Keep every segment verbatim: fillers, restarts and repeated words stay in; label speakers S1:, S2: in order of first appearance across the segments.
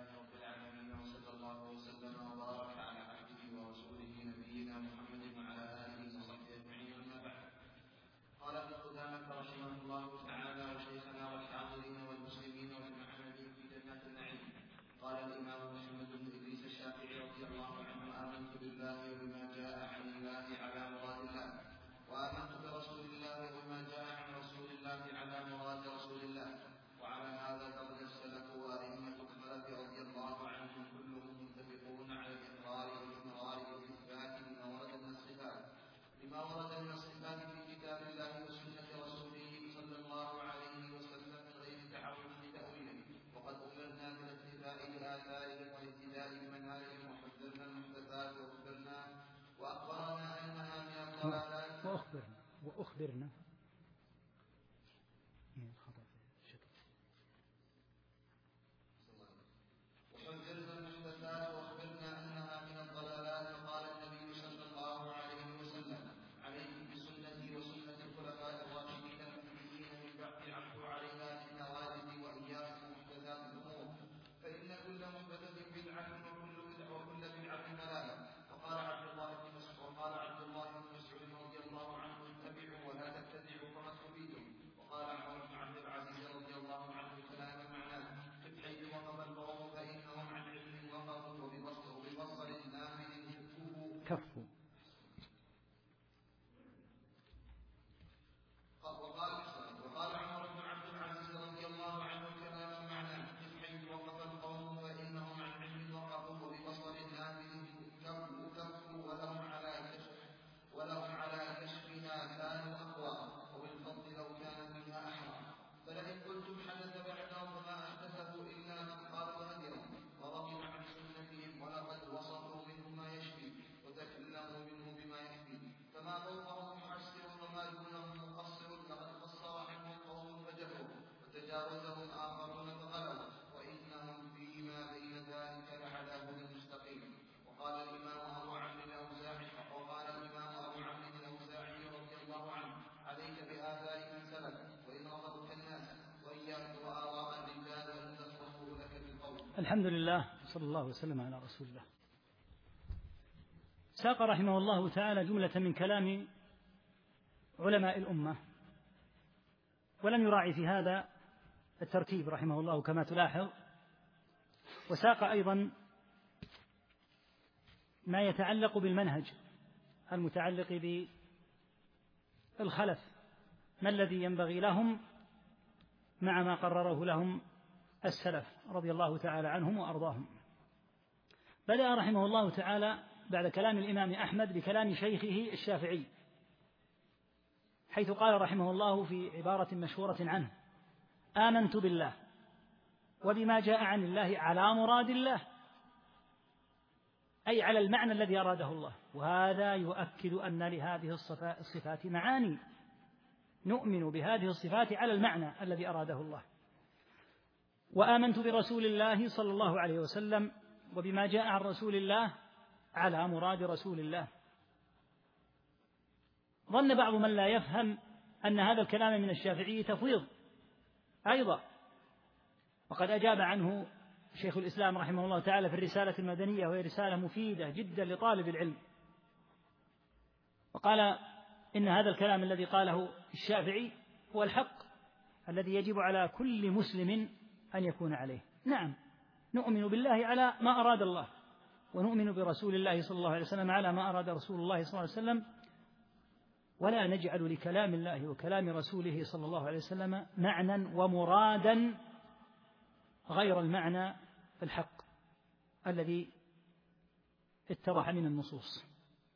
S1: رب العالمين، وصلى الله وسلم وبارك على عبده ورسوله نبينا محمد وعلى آله وصحبه أجمعين، أما بعد. قال ابن قدامة رحمه الله تعالى: وشيخنا والحاضرين والمسلمين والمحمدين في جنات النعيم. قال الإمام محمد بن إدريس الشافعي رضي الله عنه: آمنت بالله وبما جاء عن الله على مراد الله، وآمنت برسول الله وبما جاء عن رسول الله على مراد رسول الله. وعلى هذا درج السلف وأئمة الخلف رضي الله عنهم كلهم متفقون على الإقرار والإقرار والإثبات لما ورد من الصفات لما ورد من الصفات في كتاب الله وسنة رسوله صلى الله عليه وسلم من غير تحرف لتأويله. وقد أمرنا بالاتباع لآثارهم والاهتداء بمنهجهم، وحذرنا المحدثات وأخبرنا وأخبرنا أنها من الضلالات
S2: وأخبرنا وأخبرنا
S1: وحذرنا المحدثات وأخبرنا أنها من الضلالات. فقال النبي صلى الله عليه وسلم: عليكم بسنتي وسنة الخلفاء الراشدين المهديين من بعد، عضوا عليها بالنواجذ، وإياكم محدثات الأمور، فإن كل محدثة بدعة وكل بدعة وكل بدعة ضلالة. وقال عبد الله بن مسعود وقال عبد الله بن مسعود رضي الله عنه: اتبعوا ولا تبتدعوا فقد كفيتم. وقال عمر بن عبد العزيز رضي الله عنه كلام معناه: حيث وقف القوم فإنهم عن علم وقفوا، وببصر وببصر نافذ
S2: كفوا.
S1: وقال وقال عمر بن عبد العزيز رضي الله عنه كلام معناه: حيث وقف القوم فإنهم عن علم وقفوا، وببصر نافذ كفوا، ولهم على كشف ولهم على كشفها كانوا أقوى، وبالفضل لو كان منها أحرى. فلئن قلتم حدث بعدهم فما أحدثه إلا من خالف هديهم ورغب عن سنتهم، ولقد وصفوا منه ما يشفي وتكلموا منه بما يكفي، فما فوقهم محسر وما دونهم مقصر. لقد قصر عنهم قوم فجروا وتجاوزهم آخرون فغلوا، وإنهم فيما بين ذلك لعلى هدى مستقيم. وقال الإمام أبو عمرو الأوزاعي وقال الإمام أبو عمرو الأوزاعي رضي الله عنه: عليك بآثار من سلف، وإن رفضك الناس، وإياك وآراء الرجال، وإن تصرفوا لك بالقول.
S2: الحمد لله، صلى الله وسلم على رسول الله. ساق رحمه الله تعالى جملة من كلام علماء الأمة، ولم يراعي في هذا الترتيب رحمه الله كما تلاحظ، وساق أيضا ما يتعلق بالمنهج المتعلق بالخلف، ما الذي ينبغي لهم مع ما قرره لهم السلف رضي الله تعالى عنهم وأرضاهم. بدأ رحمه الله تعالى بعد كلام الإمام أحمد بكلام شيخه الشافعي، حيث قال رحمه الله في عبارة مشهورة عنه: آمنت بالله وبما جاء عن الله على مراد الله، أي على المعنى الذي أراده الله. وهذا يؤكد أن لهذه الصفات معاني، نؤمن بهذه الصفات على المعنى الذي أراده الله. وآمنت برسول الله صلى الله عليه وسلم وبما جاء عن رسول الله على مراد رسول الله. ظن بعض من لا يفهم أن هذا الكلام من الشافعي تفويض أيضا، وقد أجاب عنه شيخ الإسلام رحمه الله تعالى في الرسالة المدنية، وهي رسالة مفيدة جدا لطالب العلم، وقال إن هذا الكلام الذي قاله الشافعي هو الحق الذي يجب على كل مسلم أن يكون عليه. نعم، نؤمن بالله على ما أراد الله، ونؤمن برسول الله صلى الله عليه وسلم على ما أراد رسول الله صلى الله عليه وسلم، ولا نجعل لكلام الله وكلام رسوله صلى الله عليه وسلم معنى ومرادا غير المعنى الحق الذي اتضح من النصوص.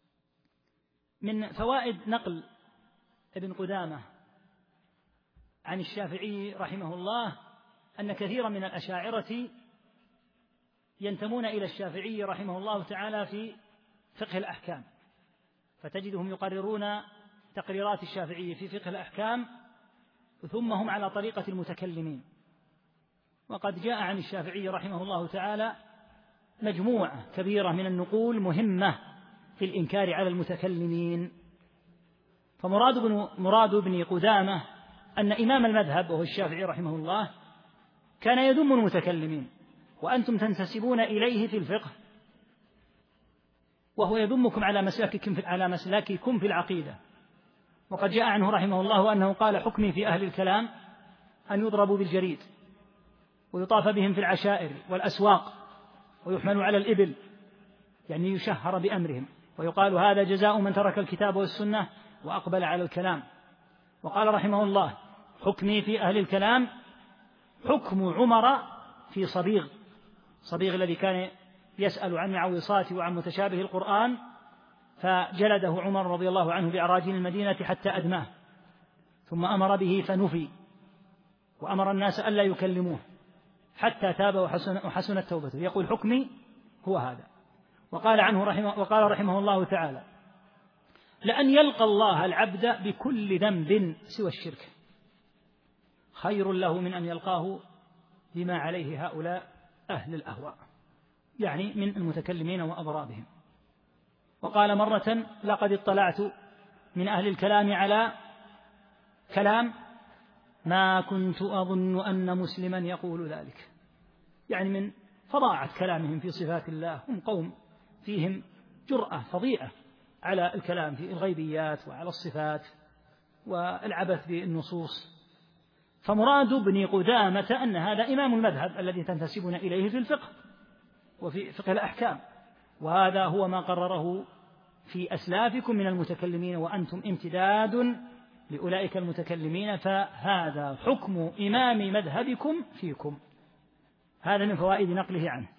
S2: من فوائد نقل ابن قدامة عن الشافعي رحمه الله أن كثيرا من الأشاعرة ينتمون إلى الشافعي رحمه الله تعالى في فقه الأحكام، فتجدهم يقررون تقريرات الشافعي في فقه الأحكام، ثم هم على طريقة المتكلمين. وقد جاء عن الشافعي رحمه الله تعالى مجموعة كبيرة من النقول مهمة في الإنكار على المتكلمين. فمراد بن مراد بن قدامة أن إمام المذهب وهو الشافعي رحمه الله كان يذم المتكلمين وأنتم تنتسبون إليه في الفقه، وهو يذمكم على مسلككم في على مسلككم في العقيدة. وقد جاء عنه رحمه الله أنه قال: حكمي في أهل الكلام أن يضربوا بالجريد ويطاف بهم في العشائر والأسواق ويحملوا على الإبل، يعني يشهر بأمرهم، ويقال: هذا جزاء من ترك الكتاب والسنة وأقبل على الكلام. وقال رحمه الله: حكمي في أهل الكلام حكم عمر في صبيغ، صبيغ الذي كان يسأل عن معوصات وعن متشابه القرآن، فجلده عمر رضي الله عنه بأراجل المدينة حتى أدماه، ثم أمر به فنفي، وأمر الناس ألا يكلموه حتى تاب وحسن وحسنت توبته. يقول: حكمي هو هذا. وقال عنه رحمه وقال رحمه الله تعالى: لأن يلقى الله العبد بكل ذنب سوى الشرك خير له من أن يلقاه بما عليه هؤلاء أهل الأهواء، يعني من المتكلمين وأضرابهم. وقال مرة: لقد اطلعت من أهل الكلام على كلام ما كنت أظن أن مسلما يقول ذلك، يعني من فظاعة كلامهم في صفات الله. هم قوم فيهم جرأة فظيعة على الكلام في الغيبيات وعلى الصفات والعبث بالنصوص. فمراد ابن قدامة أن هذا إمام المذهب الذي تنتسبون إليه في الفقه وفي فقه الأحكام، وهذا هو ما قرره في أسلافكم من المتكلمين، وأنتم امتداد لأولئك المتكلمين، فهذا حكم إمام مذهبكم فيكم. هذا من فوائد نقله عنه.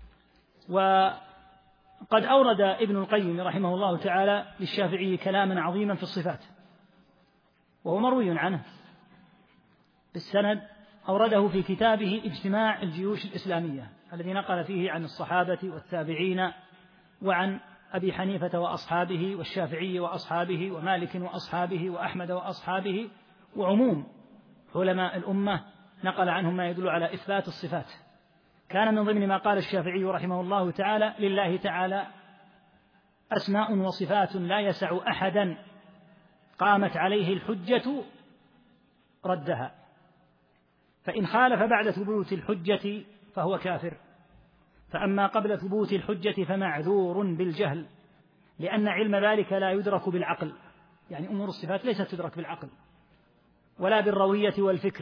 S2: وقد أورد ابن القيم رحمه الله تعالى للشافعي كلاما عظيما في الصفات، وهو مروي عنه بالسند، أورده في كتابه اجتماع الجيوش الإسلامية الذي نقل فيه عن الصحابة والتابعين وعن أبي حنيفة وأصحابه والشافعي وأصحابه ومالك وأصحابه وأحمد وأصحابه وعموم علماء الأمة، نقل عنهم ما يدل على إثبات الصفات. كان من ضمن ما قال الشافعي رحمه الله تعالى: لله تعالى أسماء وصفات لا يسع أحدا قامت عليه الحجة ردها، فإن خالف بعد ثبوت الحجة فهو كافر، فأما قبل ثبوت الحجة فمعذور بالجهل، لأن علم ذلك لا يدرك بالعقل، يعني أمور الصفات ليست تدرك بالعقل ولا بالروية والفكر.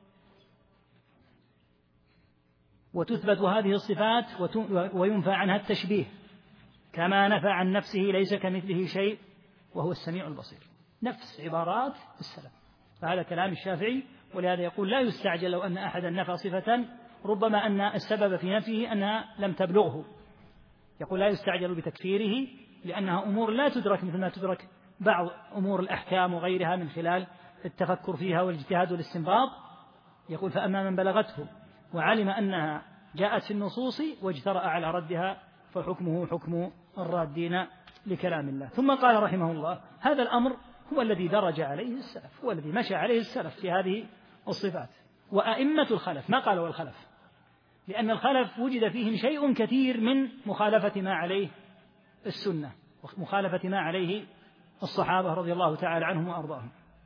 S2: وتثبت هذه الصفات وينفى عنها التشبيه، كما نفى عن نفسه ليس كمثله شيء وهو السميع البصير، نفس عبارات السلف. فهذا كلام الشافعي، ولهذا يقول: لا يستعجل لو أن أحدا نفى صفة ربما أن السبب في نفيه أنها لم تبلغه. يقول: لا يستعجل بتكفيره لأنها أمور لا تدرك مثل ما تدرك بعض أمور الأحكام وغيرها من خلال التفكر فيها والاجتهاد والاستنباط. يقول: فأما من بلغته وعلم أنها جاءت في النصوص واجترأ على ردها فحكمه حكم الرادين لكلام الله. ثم قال رحمه الله: هذا الأمر هو الذي درج عليه السلف، هو الذي مشى عليه السلف في هذه الصفات. وأئمة الخلف، ما قالوا الخلف، لأن الخلف وجد فيهم شيء كثير من مخالفة ما عليه السنة ومخالفة ما عليه الصحابة رضي الله تعالى عنهم وأرضاهم.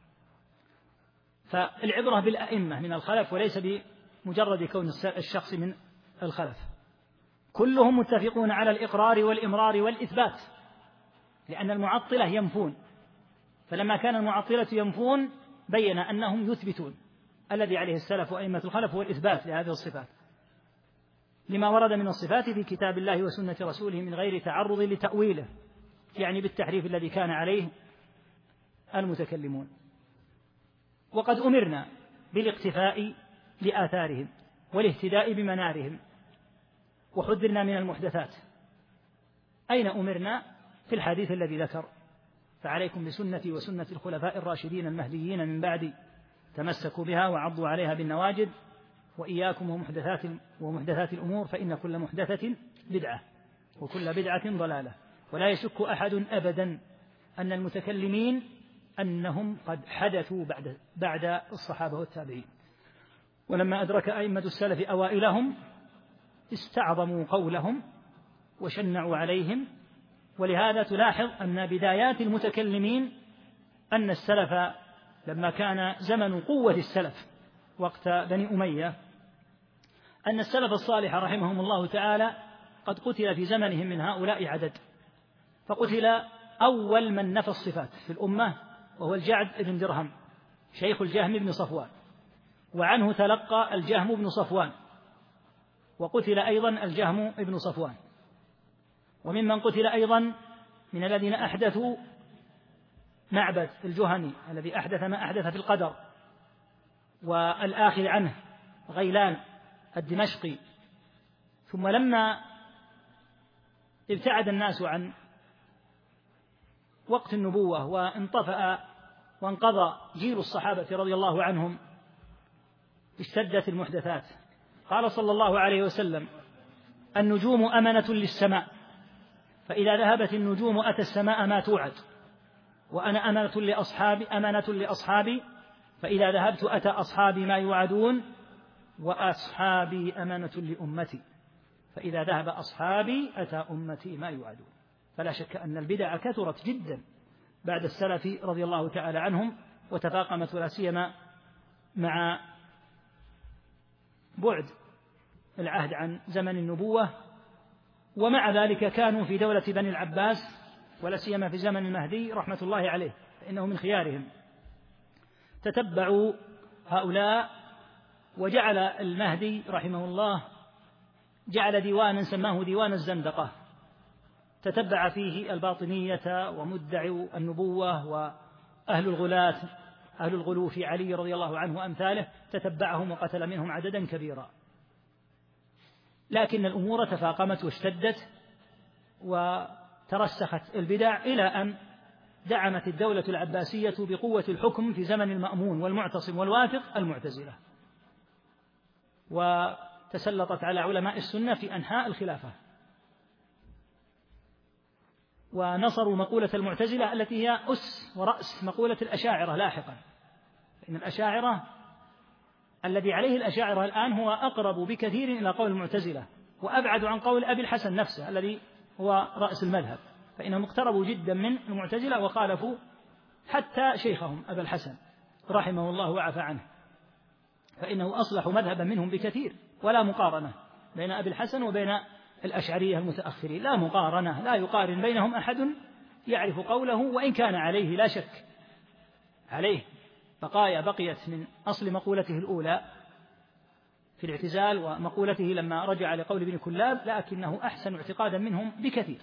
S2: فالعبرة بالأئمة من الخلف وليس بمجرد كون الشخص من الخلف. كلهم متفقون على الإقرار والإمرار والإثبات، لأن المعطلة ينفون، فلما كان المعطلة ينفون بين أنهم يثبتون. الذي عليه السلف وأئمة الخلف هو الإثبات لهذه الصفات لما ورد من الصفات في كتاب الله وسنة رسوله من غير تعرض لتأويله، يعني بالتحريف الذي كان عليه المتكلمون. وقد أمرنا بالاقتفاء لآثارهم والاهتداء بمنارهم، وحذرنا من المحدثات. أين أمرنا؟ في الحديث الذي ذكر: فعليكم بسنتي وسنة الخلفاء الراشدين المهديين من بعدي تمسكوا بها وعضوا عليها بالنواجذ، وإياكم ومحدثات ومحدثات الأمور فإن كل محدثة بدعة وكل بدعة ضلالة. ولا يشك أحد أبدا أن المتكلمين أنهم قد حدثوا بعد بعد الصحابة والتابعين، ولما أدرك أئمة السلف أوائلهم استعظموا قولهم وشنعوا عليهم. ولهذا تلاحظ أن بدايات المتكلمين أن السلف لما كان زمن قوة السلف وقت بني أمية أن السلف الصالح رحمهم الله تعالى قد قتل في زمنهم من هؤلاء عدد، فقتل أول من نفى الصفات في الأمة وهو الجعد بن درهم شيخ الجهم بن صفوان، وعنه تلقى الجهم بن صفوان، وقتل أيضا الجهم بن صفوان. وممن قتل أيضا من الذين أحدثوا معبد الجهني الذي أحدث ما أحدث في القدر، والآخذ عنه غيلان الدمشقي. ثم لما ابتعد الناس عن وقت النبوة وانطفأ وانقضى جيل الصحابة رضي الله عنهم اشتدت المحدثات. قال صلى الله عليه وسلم: النجوم أمنة للسماء، فإذا ذهبت النجوم أتى السماء ما توعد، وأنا أمنة لأصحابي أمنة لأصحابي فإذا ذهبت أتى أصحابي ما يوعدون، وأصحابي أمنة لأمتي فإذا ذهب أصحابي أتى أمتي ما يوعدون. فلا شك أن البدع كثرت جدا بعد السلف رضي الله تعالى عنهم، وتفاقمت ولا سيما مع بعد العهد عن زمن النبوة. ومع ذلك كانوا في دولة بني العباس ولا سيما في زمن المهدي رحمة الله عليه، فإنه من خيارهم. تتبعوا هؤلاء، وجعل المهدي رحمه الله جعل ديوانا سماه ديوان الزندقة، تتبع فيه الباطنية ومدعي النبوة وأهل الغلاة أهل الغلو في علي رضي الله عنه وأمثاله، تتبعهم وقتل منهم عددا كبيرا. لكن الأمور تفاقمت واشتدت وترسخت البدع إلى أن دعمت الدولة العباسية بقوة الحكم في زمن المأمون والمعتصم والواثق المعتزلة، وتسلطت على علماء السنة في أنحاء الخلافة، ونصروا مقولة المعتزلة التي هي أس ورأس مقولة الأشاعرة لاحقا. فإن الأشاعرة الذي عليه الأشاعرة الآن هو أقرب بكثير إلى قول المعتزلة، وأبعد عن قول أبي الحسن نفسه الذي هو رأس المذهب، فإنهم اقتربوا جدا من المعتزلة وخالفوا حتى شيخهم أبا الحسن رحمه الله وعفى عنه، فإنه أصلح مذهبا منهم بكثير. ولا مقارنة بين أبي الحسن وبين الأشعرية المتأخرين، لا مقارنة، لا يقارن بينهم أحد يعرف قوله، وإن كان عليه لا شك عليه بقايا بقيت من أصل مقولته الأولى في الاعتزال ومقولته لما رجع لقول ابن كلاب، لكنه أحسن اعتقادا منهم بكثير.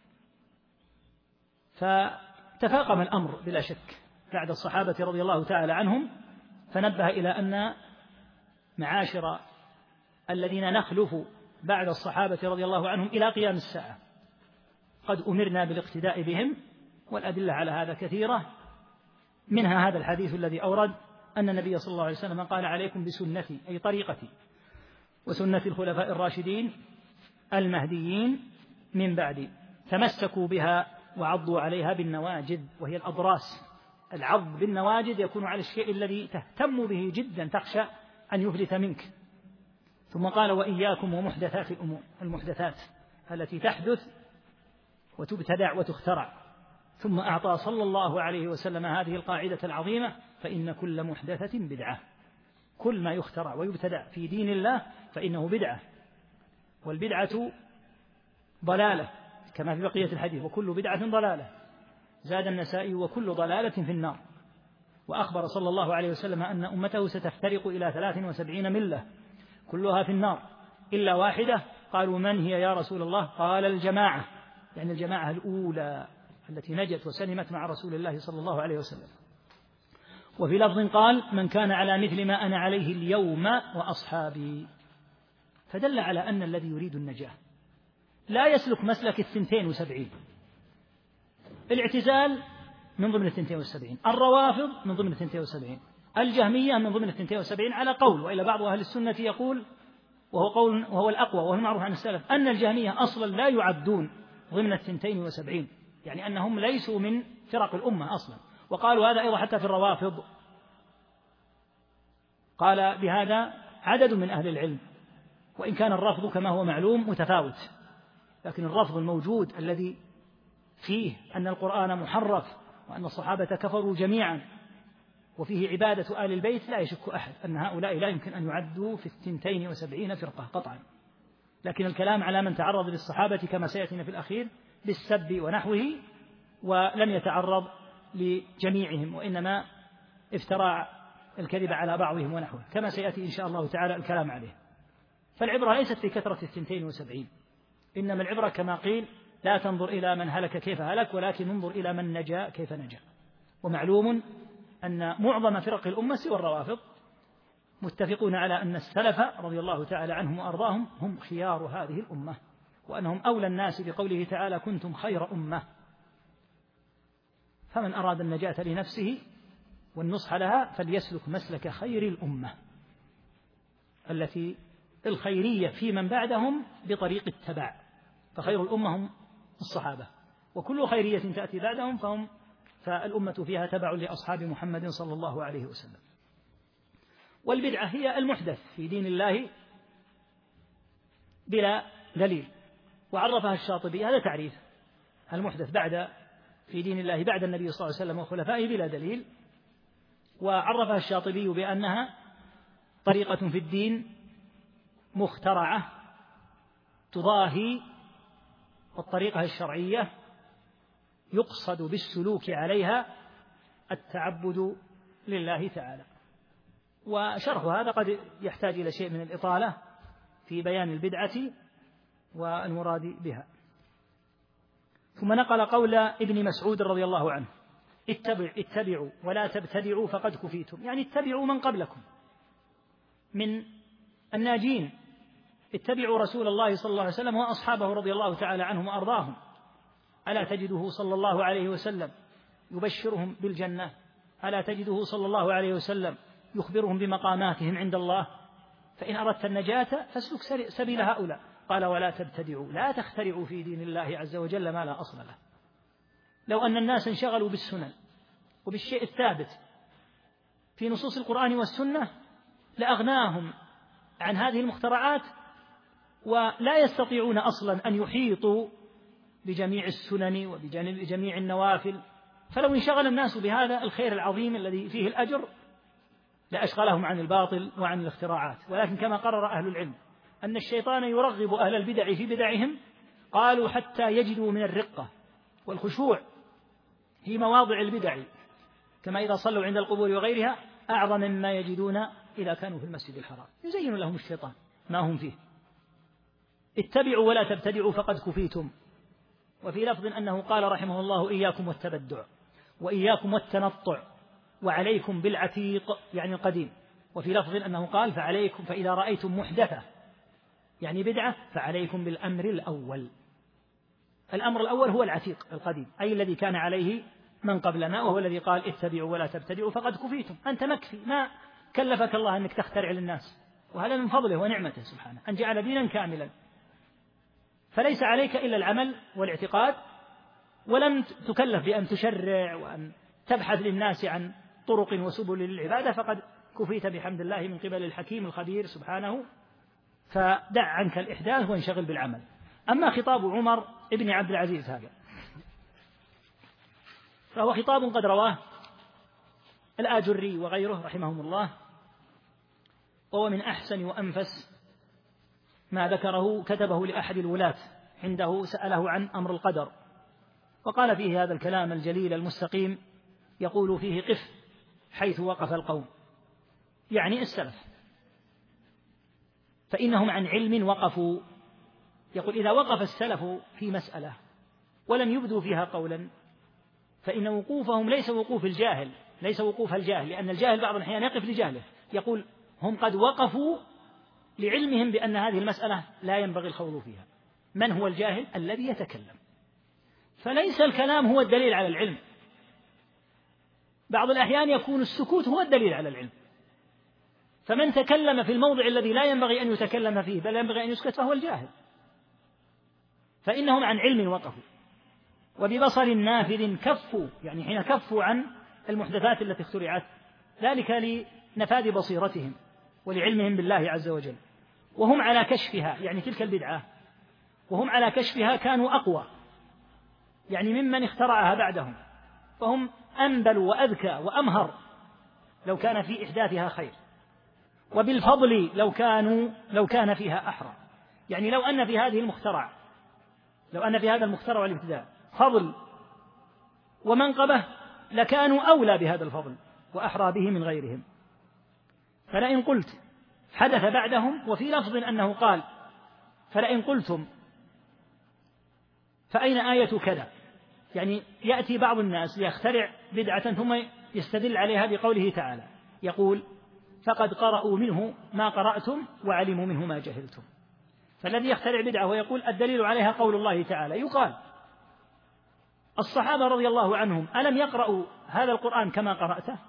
S2: فتفاقم الأمر بلا شك بعد الصحابة رضي الله تعالى عنهم، فنبه إلى أن معاشر الذين نخلف بعد الصحابة رضي الله عنهم إلى قيام الساعة قد أمرنا بالاقتداء بهم، والأدلة على هذا كثيرة، منها هذا الحديث الذي أورد أن النبي صلى الله عليه وسلم قال: عليكم بسنتي أي طريقتي وسنة الخلفاء الراشدين المهديين من بعدي، تمسكوا بها وعضوا عليها بالنواجذ، وهي الأضراس. العض بالنواجذ يكون على الشيء الذي تهتم به جدا تخشى أن يفلت منك. ثم قال: وإياكم ومحدثات الأمور، المحدثات التي تحدث وتبتدع وتخترع. ثم أعطى صلى الله عليه وسلم هذه القاعدة العظيمة: فإن كل محدثة بدعة، كل ما يخترع ويبتدع في دين الله فإنه بدعة، والبدعة ضلالة كما في بقية الحديث: وكل بدعة ضلالة. زاد النسائي: وكل ضلالة في النار. وأخبر صلى الله عليه وسلم أن أمته ستفترق إلى ثلاث وسبعين ملة كلها في النار إلا واحدة. قالوا: من هي يا رسول الله؟ قال: الجماعة، يعني الجماعة الأولى التي نجت وسلمت مع رسول الله صلى الله عليه وسلم. وفي لفظ قال: من كان على مثل ما أنا عليه اليوم وأصحابي. فدل على أن الذي يريد النجاة لا يسلك مسلك الثنتين وسبعين. الاعتزال من ضمن الثنتين والسبعين، الروافض من ضمن الثنتين والسبعين، الجهمية من ضمن الثنتين والسبعين على قول. وإلى بعض أهل السنة يقول، وهو قول وهو الأقوى وهو المعروف عن السلف، أن الجهمية أصلا لا يعدون ضمن الثنتين وسبعين، يعني أنهم ليسوا من فرق الأمة أصلا. وقالوا هذا أيضا حتى في الروافض. قال بهذا عدد من أهل العلم، وإن كان الرفض كما هو معلوم متفاوت، لكن الرفض الموجود الذي فيه أن القرآن محرف وأن الصحابة كفروا جميعا وفيه عبادة آل البيت لا يشك أحد أن هؤلاء لا يمكن أن يعدوا في الثنتين وسبعين فرقة قطعا، لكن الكلام على من تعرض للصحابة كما سيأتينا في الأخير بالسب ونحوه، ولم يتعرض لجميعهم، وإنما افترى الكذب على بعضهم ونحوه كما سيأتي إن شاء الله تعالى الكلام عليه. فالعبرة ليست في كثرة الثنتين وسبعين، إنما العبرة كما قيل لا تنظر إلى من هلك كيف هلك، ولكن انظر إلى من نجا كيف نجا. ومعلوم أن معظم فرق الأمة سوى الروافض متفقون على أن السلف رضي الله تعالى عنهم وأرضاهم هم خيار هذه الأمة، وأنهم أولى الناس بقوله تعالى كنتم خير أمة. فمن أراد النجاة لنفسه والنصح لها فليسلك مسلك خير الأمة التي الخيرية في من بعدهم بطريق التبع، فخير الأمة هم الصحابة، وكل خيرية تأتي بعدهم فهم فالأمة فيها تبع لأصحاب محمد صلى الله عليه وسلم. والبدعة هي المحدث في دين الله بلا دليل، وعرفها الشاطبي، هذا تعريف المحدث بعد في دين الله بعد النبي صلى الله عليه وسلم وخلفائه بلا دليل. وعرفها الشاطبي بأنها طريقة في الدين مخترعة تضاهي الطريقة الشرعية يقصد بالسلوك عليها التعبد لله تعالى. وشرح هذا قد يحتاج إلى شيء من الإطالة في بيان البدعة والمراد بها. ثم نقل قول ابن مسعود رضي الله عنه اتبع اتبعوا ولا تبتدعوا فقد كفيتم، يعني اتبعوا من قبلكم من الناجين، اتبعوا رسول الله صلى الله عليه وسلم وأصحابه رضي الله تعالى عنهم وأرضاهم. ألا تجده صلى الله عليه وسلم يبشرهم بالجنة؟ ألا تجده صلى الله عليه وسلم يخبرهم بمقاماتهم عند الله؟ فإن أردت النجاة فاسلك سبيل هؤلاء. قال ولا تبتدعوا، لا تخترعوا في دين الله عز وجل ما لا أصل له. لو أن الناس انشغلوا بالسنن وبالشيء الثابت في نصوص القرآن والسنة لأغناهم عن هذه المخترعات، ولا يستطيعون أصلا أن يحيطوا بجميع السنن وبجميع النوافل. فلو انشغل الناس بهذا الخير العظيم الذي فيه الأجر لأشغلهم عن الباطل وعن الاختراعات. ولكن كما قرر أهل العلم أن الشيطان يرغب أهل البدع في بدعهم، قالوا حتى يجدوا من الرقة والخشوع في مواضع البدع، كما إذا صلوا عند القبور وغيرها أعظم مما يجدون إذا كانوا في المسجد الحرام. يزين لهم الشيطان ما هم فيه. اتبعوا ولا تبتدعوا فقد كفيتم. وفي لفظ أنه قال رحمه الله إياكم والتبدع وإياكم والتنطع وعليكم بالعتيق يعني القديم. وفي لفظ أنه قال فعليكم فإذا رأيتم محدثة يعني بدعة فعليكم بالأمر الأول. الأمر الأول هو العتيق القديم، أي الذي كان عليه من قبلنا، وهو الذي قال اتبعوا ولا تبتدعوا فقد كفيتم. أنت مكفي، ما كلفك الله أنك تخترع للناس، وهذا من فضله ونعمته سبحانه أن جعل دينا كاملا. فليس عليك إلا العمل والاعتقاد، ولم تكلف بأن تشرع وأن تبحث للناس عن طرق وسبل للعبادة، فقد كفيت بحمد الله من قبل الحكيم الخبير سبحانه. فدع عنك الإحداث وانشغل بالعمل. أما خطاب عمر ابن عبد العزيز هذا فهو خطاب قد رواه الآجري وغيره رحمهم الله، وهو من أحسن وأنفس ما ذكره. كتبه لأحد الولاة عنده سأله عن أمر القدر، وقال فيه هذا الكلام الجليل المستقيم، يقول فيه قف حيث وقف القوم، يعني السلف، فإنهم عن علم وقفوا. يقول إذا وقف السلف في مسألة ولم يبدوا فيها قولا فإن وقوفهم ليس وقوف الجاهل، ليس وقوف الجاهل، لأن الجاهل بعض الأحيان يقف لجهله. يقول هم قد وقفوا لعلمهم بأن هذه المسألة لا ينبغي الخوض فيها. من هو الجاهل؟ الذي يتكلم. فليس الكلام هو الدليل على العلم، بعض الأحيان يكون السكوت هو الدليل على العلم. فمن تكلم في الموضع الذي لا ينبغي أن يتكلم فيه بل ينبغي أن يسكت فهو الجاهل. فإنهم عن علم وقفوا، وببصر نافذ كفوا، يعني حين كفوا عن المحدثات التي اخترعت، ذلك لنفاذ بصيرتهم ولعلمهم بالله عز وجل. وهم على كشفها، يعني تلك البدعة وهم على كشفها كانوا أقوى، يعني ممن اخترعها بعدهم، فهم أنبل وأذكى وأمهر لو كان في إحداثها خير، وبالفضل لو كانوا لو كان فيها أحرى. يعني لو أن في هذه المخترع لو أن في هذا المخترع والابتداع فضل ومنقبة لكانوا أولى بهذا الفضل وأحرى به من غيرهم. فلئن قلت حدث بعدهم، وفي لفظ أنه قال فلئن قلتم فأين آية كذا، يعني يأتي بعض الناس يخترع بدعة ثم يستدل عليها بقوله تعالى، يقول فقد قرأوا منه ما قرأتم وعلموا منه ما جهلتم. فالذي يخترع بدعة ويقول الدليل عليها قول الله تعالى، يقال الصحابة رضي الله عنهم ألم يقرأوا هذا القرآن كما قرأته؟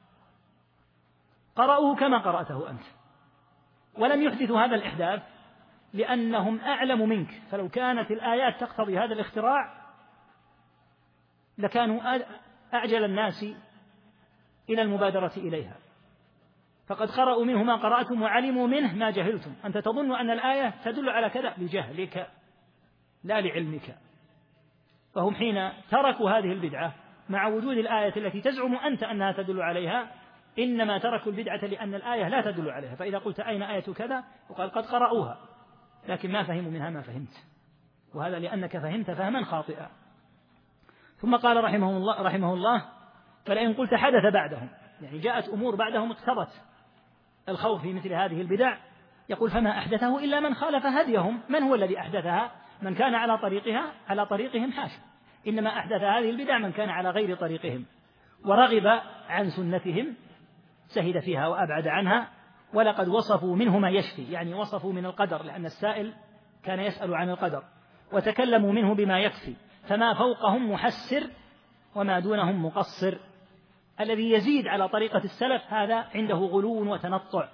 S2: قرأوه كما قرأته أنت، ولم يحدثوا هذا الإحداث لأنهم أعلم منك. فلو كانت الآيات تقتضي هذا الاختراع لكانوا أعجل الناس إلى المبادرة إليها. فقد قرأوا منه ما قرأتم وعلموا منه ما جهلتم. أنت تظن أن الآية تدل على كذا لجهلك لا لعلمك. فهم حين تركوا هذه البدعة مع وجود الآية التي تزعم أنت أنها تدل عليها، إنما تركوا البدعة لأن الآية لا تدل عليها. فإذا قلت أين آية كذا وقال قد قرأوها لكن ما فهموا منها ما فهمت، وهذا لأنك فهمت فهما خاطئا. ثم قال رحمه الله, رحمه الله فلئن قلت حدث بعدهم، يعني جاءت أمور بعدهم اقتضت الخوف في مثل هذه البدع، يقول فما أحدثه إلا من خالف هديهم. من هو الذي أحدثها؟ من كان على طريقها على طريقهم حاشا، إنما أحدث هذه البدع من كان على غير طريقهم ورغب عن سنتهم، سهد فيها وأبعد عنها. ولقد وصفوا منه ما يشفي، يعني وصفوا من القدر، لأن السائل كان يسأل عن القدر، وتكلموا منه بما يكفي، فما فوقهم محسر وما دونهم مقصر. الذي يزيد على طريقة السلف هذا عنده غلو وتنطع،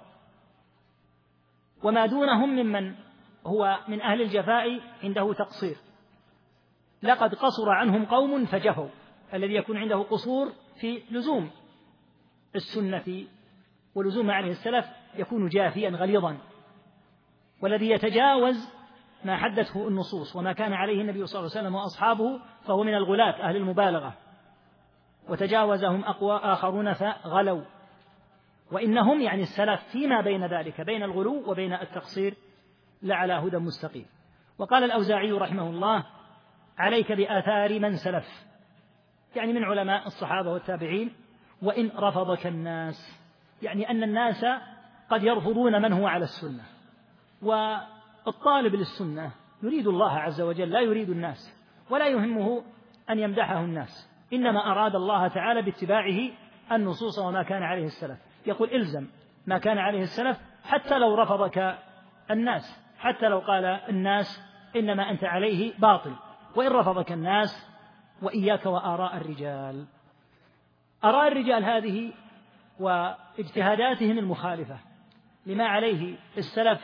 S2: وما دونهم ممن هو من أهل الجفاء عنده تقصير. لقد قصر عنهم قوم فجفوا، الذي يكون عنده قصور في لزوم السنة ولزوم ما عليه السلف يكون جافيا غليظا، والذي يتجاوز ما حدثه النصوص وما كان عليه النبي صلى الله عليه وسلم وأصحابه فهو من الغلاة أهل المبالغة، وتجاوزهم أقوى آخرون فغلوا. وإنهم يعني السلف فيما بين ذلك بين الغلو وبين التقصير لعلى هدى مستقيم. وقال الأوزاعي رحمه الله عليك بآثار من سلف، يعني من علماء الصحابة والتابعين، وإن رفضك الناس، يعني أن الناس قد يرفضون من هو على السنة، والطالب للسنة يريد الله عز وجل لا يريد الناس، ولا يهمه أن يمدحه الناس، إنما أراد الله تعالى باتباعه النصوص وما كان عليه السلف. يقول إلزم ما كان عليه السلف حتى لو رفضك الناس، حتى لو قال الناس إنما أنت عليه باطل، وإن رفضك الناس. وإياك وآراء الرجال. آراء الرجال هذه واجتهاداتهم المخالفة لما عليه السلف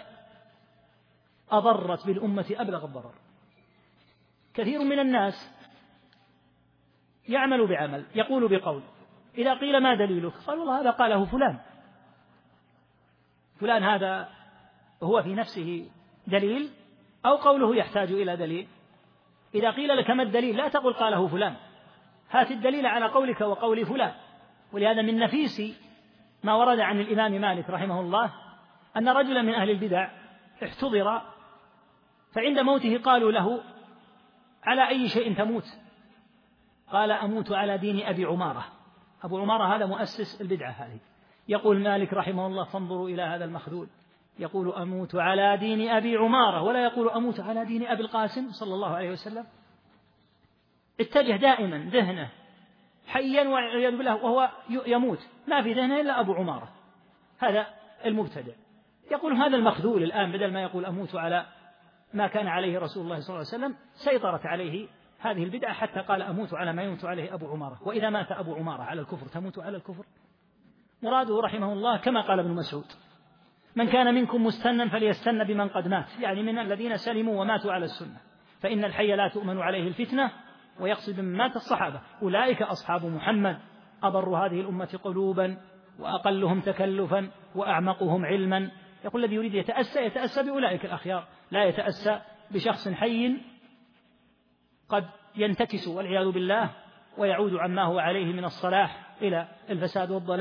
S2: أضرت بالأمة أبلغ الضرر. كثير من الناس يعمل بعمل، يقول بقول، إذا قيل ما دليلك؟ قال والله هذا قاله فلان. فلان هذا هو في نفسه دليل أو قوله يحتاج إلى دليل؟ إذا قيل لك ما الدليل لا تقل قاله فلان، هات الدليل على قولك وقول فلان. ولهذا من نفيس ما ورد عن الإمام مالك رحمه الله أن رجلا من أهل البدع احتضر، فعند موته قالوا له على أي شيء تموت؟ قال أموت على دين أبي عمارة. أبو عمارة هذا مؤسس البدعة هذه. يقول مالك رحمه الله فانظروا إلى هذا المخذول، يقول أموت على دين أبي عمارة ولا يقول أموت على دين أبي القاسم صلى الله عليه وسلم. اتجه دائما ذهنه حيا والعياذ بالله وهو يموت، ما في ذهنه إلا أبو عمارة، هذا المبتدع. يقول هذا المخذول الآن بدل ما يقول أموت على ما كان عليه رسول الله صلى الله عليه وسلم سيطرت عليه هذه البدعة حتى قال أموت على ما يموت عليه أبو عمارة. وإذا مات أبو عمارة على الكفر تموت على الكفر؟ مراده رحمه الله كما قال ابن مسعود من كان منكم مستنا فليستن بمن قد مات، يعني من الذين سلموا وماتوا على السنة، فإن الحي لا تؤمن عليه الفتنة، ويقصد من مات الصحابة. أولئك أصحاب محمد أبر هذه الأمة قلوبا وأقلهم تكلفا وأعمقهم علما. يقول الذي يريد يتأسى يتأسى بأولئك الأخيار، لا يتأسى بشخص حي قد ينتكس والعياذ بالله ويعود عما هو عليه من الصلاح إلى الفساد والضلال.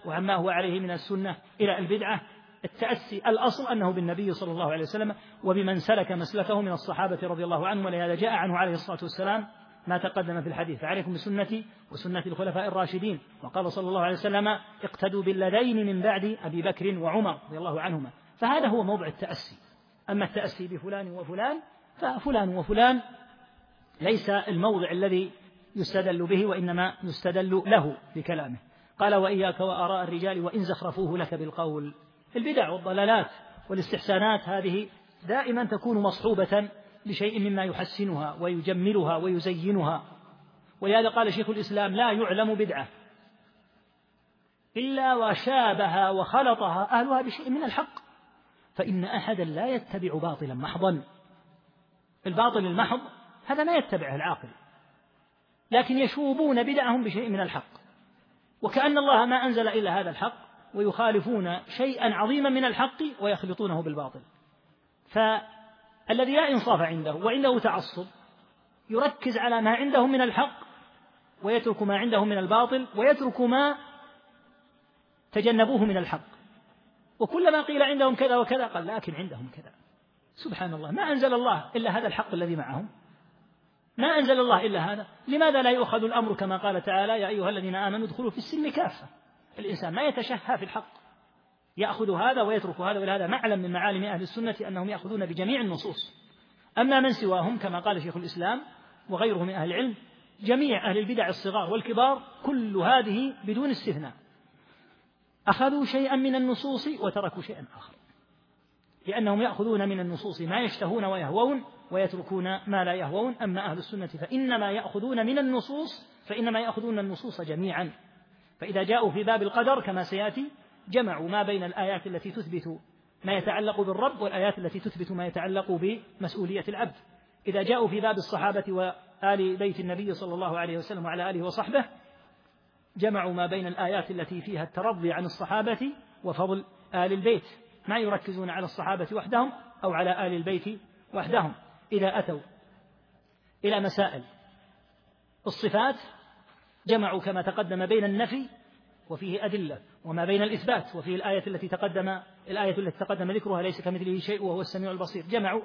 S2: وعما هو عليه من السنة إلى البدعة. التأسي الأصل أنه بالنبي صلى الله عليه وسلم وبمن سلك مسلكه من الصحابة رضي الله عنهم، ولهذا جاء عنه عليه الصلاة والسلام ما تقدم في الحديث: فعليكم بسنتي وسنة الخلفاء الراشدين. وقال صلى الله عليه وسلم: اقتدوا بالذين من بعد أبي بكر وعمر رضي الله عنهما. فهذا هو موضع التأسي. أما التأسي بفلان وفلان ففلان وفلان ليس الموضع الذي يستدل به، وإنما يستدل له بكلامه. قال: وإياك وآراء الرجال وإن زخرفوه لك بالقول. البدع والضلالات والاستحسانات هذه دائما تكون مصحوبة بشيء مما يحسنها ويجملها ويزينها. ولهذا قال شيخ الإسلام: لا يعلم بدعة إلا وشابها وخلطها أهلها بشيء من الحق، فإن أحدا لا يتبع باطلا محضا. الباطل المحض هذا ما يتبعه العاقل، لكن يشوبون بدعهم بشيء من الحق، وكأن الله ما أنزل إلا هذا الحق، ويخالفون شيئا عظيما من الحق ويخلطونه بالباطل. فالذي لا إنصاف عنده وعنده تعصب يركز على ما عنده من الحق ويترك ما عنده من الباطل، ويترك ما تجنبوه من الحق. وكلما قيل عندهم كذا وكذا قال: لكن عندهم كذا. سبحان الله، ما أنزل الله إلا هذا الحق الذي معهم، ما أنزل الله إلا هذا. لماذا لا يؤخذ الأمر كما قال تعالى: يا أيها الذين آمنوا ادخلوا في السلم كافة؟ الإنسان ما يتشهى في الحق، يأخذ هذا ويترك هذا. ولهذا معلم من معالم أهل السنة أنهم يأخذون بجميع النصوص. أما من سواهم كما قال شيخ الإسلام وغيره من أهل العلم، جميع أهل البدع الصغار والكبار كل هذه بدون استثناء أخذوا شيئا من النصوص وتركوا شيئا آخر، لأنهم يأخذون من النصوص ما يشتهون ويهوون ويتركون ما لا يهوون. أما أهل السنة فإنما يأخذون من النصوص فإنما يأخذون النصوص جميعا. فإذا جاءوا في باب القدر كما سيأتي جمعوا ما بين الآيات التي تثبت ما يتعلق بالرب والآيات التي تثبت ما يتعلق بمسؤولية العبد. إذا جاءوا في باب الصحابة وآل بيت النبي صلى الله عليه وسلم وعلى آله وصحبه جمعوا ما بين الآيات التي فيها الترضي عن الصحابة وفضل آل البيت، ما يركزون على الصحابة وحدهم أو على آل البيت وحدهم. إذا أتوا إلى مسائل الصفات جمعوا كما تقدم بين النفي وفيه أدلة، وما بين الإثبات وفيه الآية التي تقدم الآية التي تقدم ذكرها: ليس كمثله شيء وهو السميع البصير. جمعوا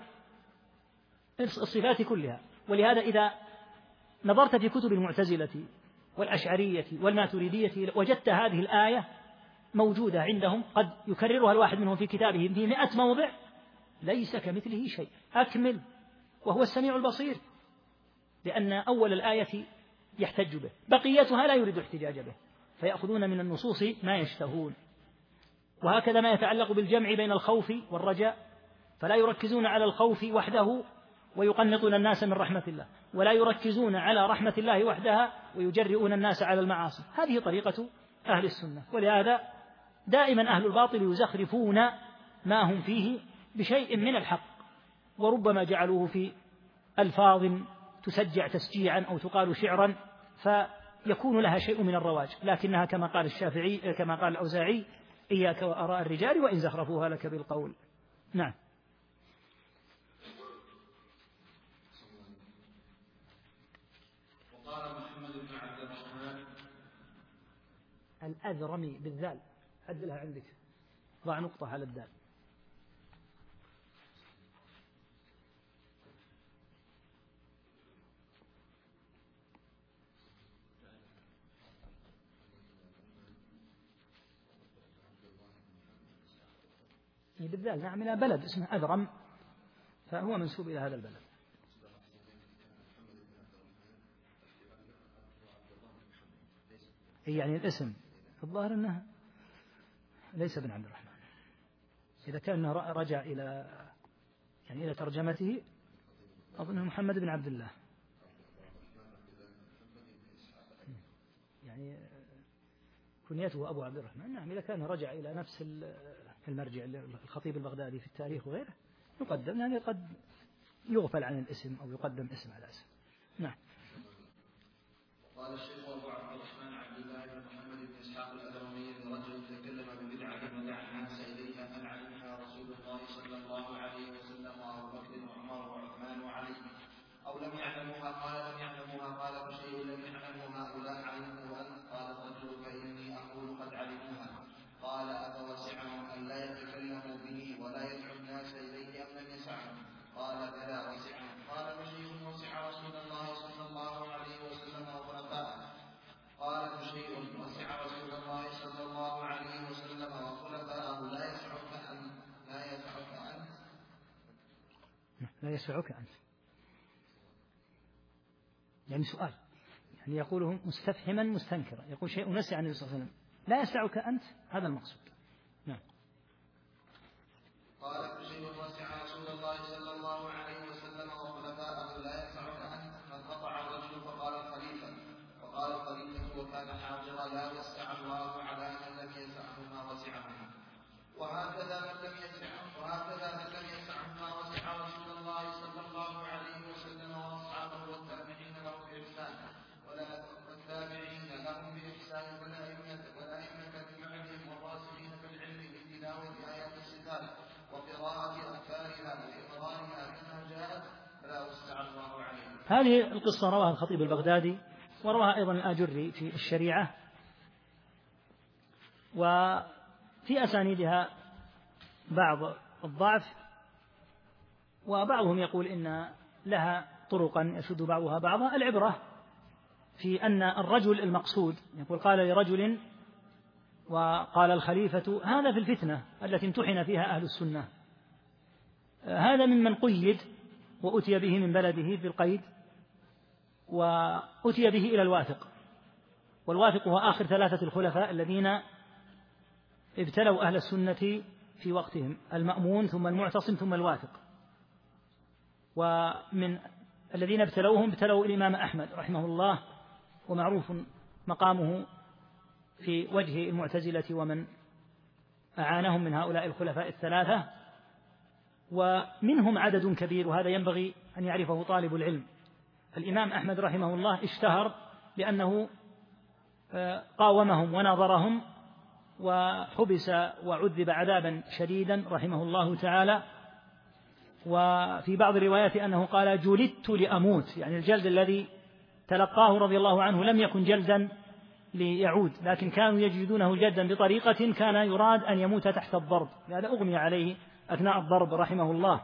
S2: الصفات كلها. ولهذا إذا نظرت في كتب المعتزلة والأشعرية والماتريدية وجدت هذه الآية موجودة عندهم، قد يكررها الواحد منهم في كتابه في مئة موضع: ليس كمثله شيء، أكمل وهو السميع البصير، لأن أول الآية يحتج به، بقيتها لا يريد احتجاج به، فيأخذون من النصوص ما يشتهون. وهكذا ما يتعلق بالجمع بين الخوف والرجاء، فلا يركزون على الخوف وحده ويقنطون الناس من رحمة الله، ولا يركزون على رحمة الله وحدها ويجرئون الناس على المعاصي. هذه طريقة أهل السنة. ولهذا دائما أهل الباطل يزخرفون ما هم فيه بشيء من الحق، وربما جعلوه في ألفاظ تسجع تسجيعا أو تقال شعرا فيكون لها شيء من الرواج، لكنها كما قال الشافعي كما قال الأوزاعي: إياك وآراء الرجال وإن زخرفوها لك بالقول. نعم.
S1: وقال محمد بن عبد الرحمن
S2: الأذرمي بالذال، عدلها عندك، ضع نقطة على الدال. بالذال نعم، إلى بلد اسمه أذرم، فهو منسوب إلى هذا البلد. يعني الاسم الظاهر أنه ليس بن عبد الرحمن، إذا كان رجع إلى يعني إلى ترجمته أظنه محمد بن عبد الله، يعني كنيته أبو عبد الرحمن. نعم، إذا كان رجع إلى نفس المرجع الخطيب البغدادي في التاريخ وغيره يقدم، يعني قد يغفل عن الاسم أو يقدم اسم على اسم. نعم.
S1: قال الشيخ أبو عبد الرحمن عبد الله بن محمد بن إسحاق الأذرمي: رجل تكلم ببدعة ودعا الناس إليها أن علمها رسول الله صلى الله عليه وسلم وأبو بكر وعمر وعثمان وعلي، أو لم يعلموها. قال: لم يعلموها. قال: فشيء لم يعلموا هؤلاء علمه أنت؟ قال الرجل: فإني أقول قد علموها.
S2: لا يسعك أنت، يعني سؤال، يعني يقوله مستفهما مستنكرا، يقول شيء نسي عن النبي صلى الله عليه وسلم، لا يسعك أنت، هذا المقصود. نعم.
S1: قال ابن شيء وسع رسول الله صلى الله عليه وسلم وخلفاءه لا يسعك أنت، فانقطع الرجل فقال الخليفة فقال الخليفة وكان حاضرا لا وسع الله على من لم يسعه ما وسعه، وهكذا من لم يسعه وهكذا من لم يسعه ما وسع رسول الله صلى الله عليه وسلم واصحابه والتابعين لهم بإحسان ولا والتابعين لهم بإحسان والأئمة والأئمة من بعدهم والراسخين في العلم بتلاوة آيات الصفات وقراءة أذكارها وإقرارها كما جاءت فلا وسع الله عليه.
S2: هذه القصة رواها الخطيب البغدادي ورواها أيضا الآجري في الشريعة، وفي أسانيدها بعض الضعف، وبعضهم يقول إن لها طرقا يشد بعضها بعضا. العبرة في أن الرجل المقصود، يقول قال لرجل وقال الخليفة، هذا في الفتنة التي امتحن فيها أهل السنة، هذا ممن قيد وأتي به من بلده بالقيد وأتي به إلى الواثق، والواثق هو آخر ثلاثة الخلفاء الذين ابتلوا أهل السنة في وقتهم، المأمون ثم المعتصم ثم الواثق. ومن الذين ابتلوهم ابتلوا الإمام أحمد رحمه الله، ومعروف مقامه في وجه المعتزلة ومن أعانهم من هؤلاء الخلفاء الثلاثة، ومنهم عدد كبير، وهذا ينبغي أن يعرفه طالب العلم. الإمام أحمد رحمه الله اشتهر لأنه قاومهم وناظرهم وحبس وعذب عذابا شديدا رحمه الله تعالى. وفي بعض الروايات أنه قال جلدت لأموت، يعني الجلد الذي تلقاه رضي الله عنه لم يكن جلدا ليعود، لكن كانوا يجلدونه جلدا بطريقة كان يراد أن يموت تحت الضرب، لهذا أغمي عليه أثناء الضرب رحمه الله.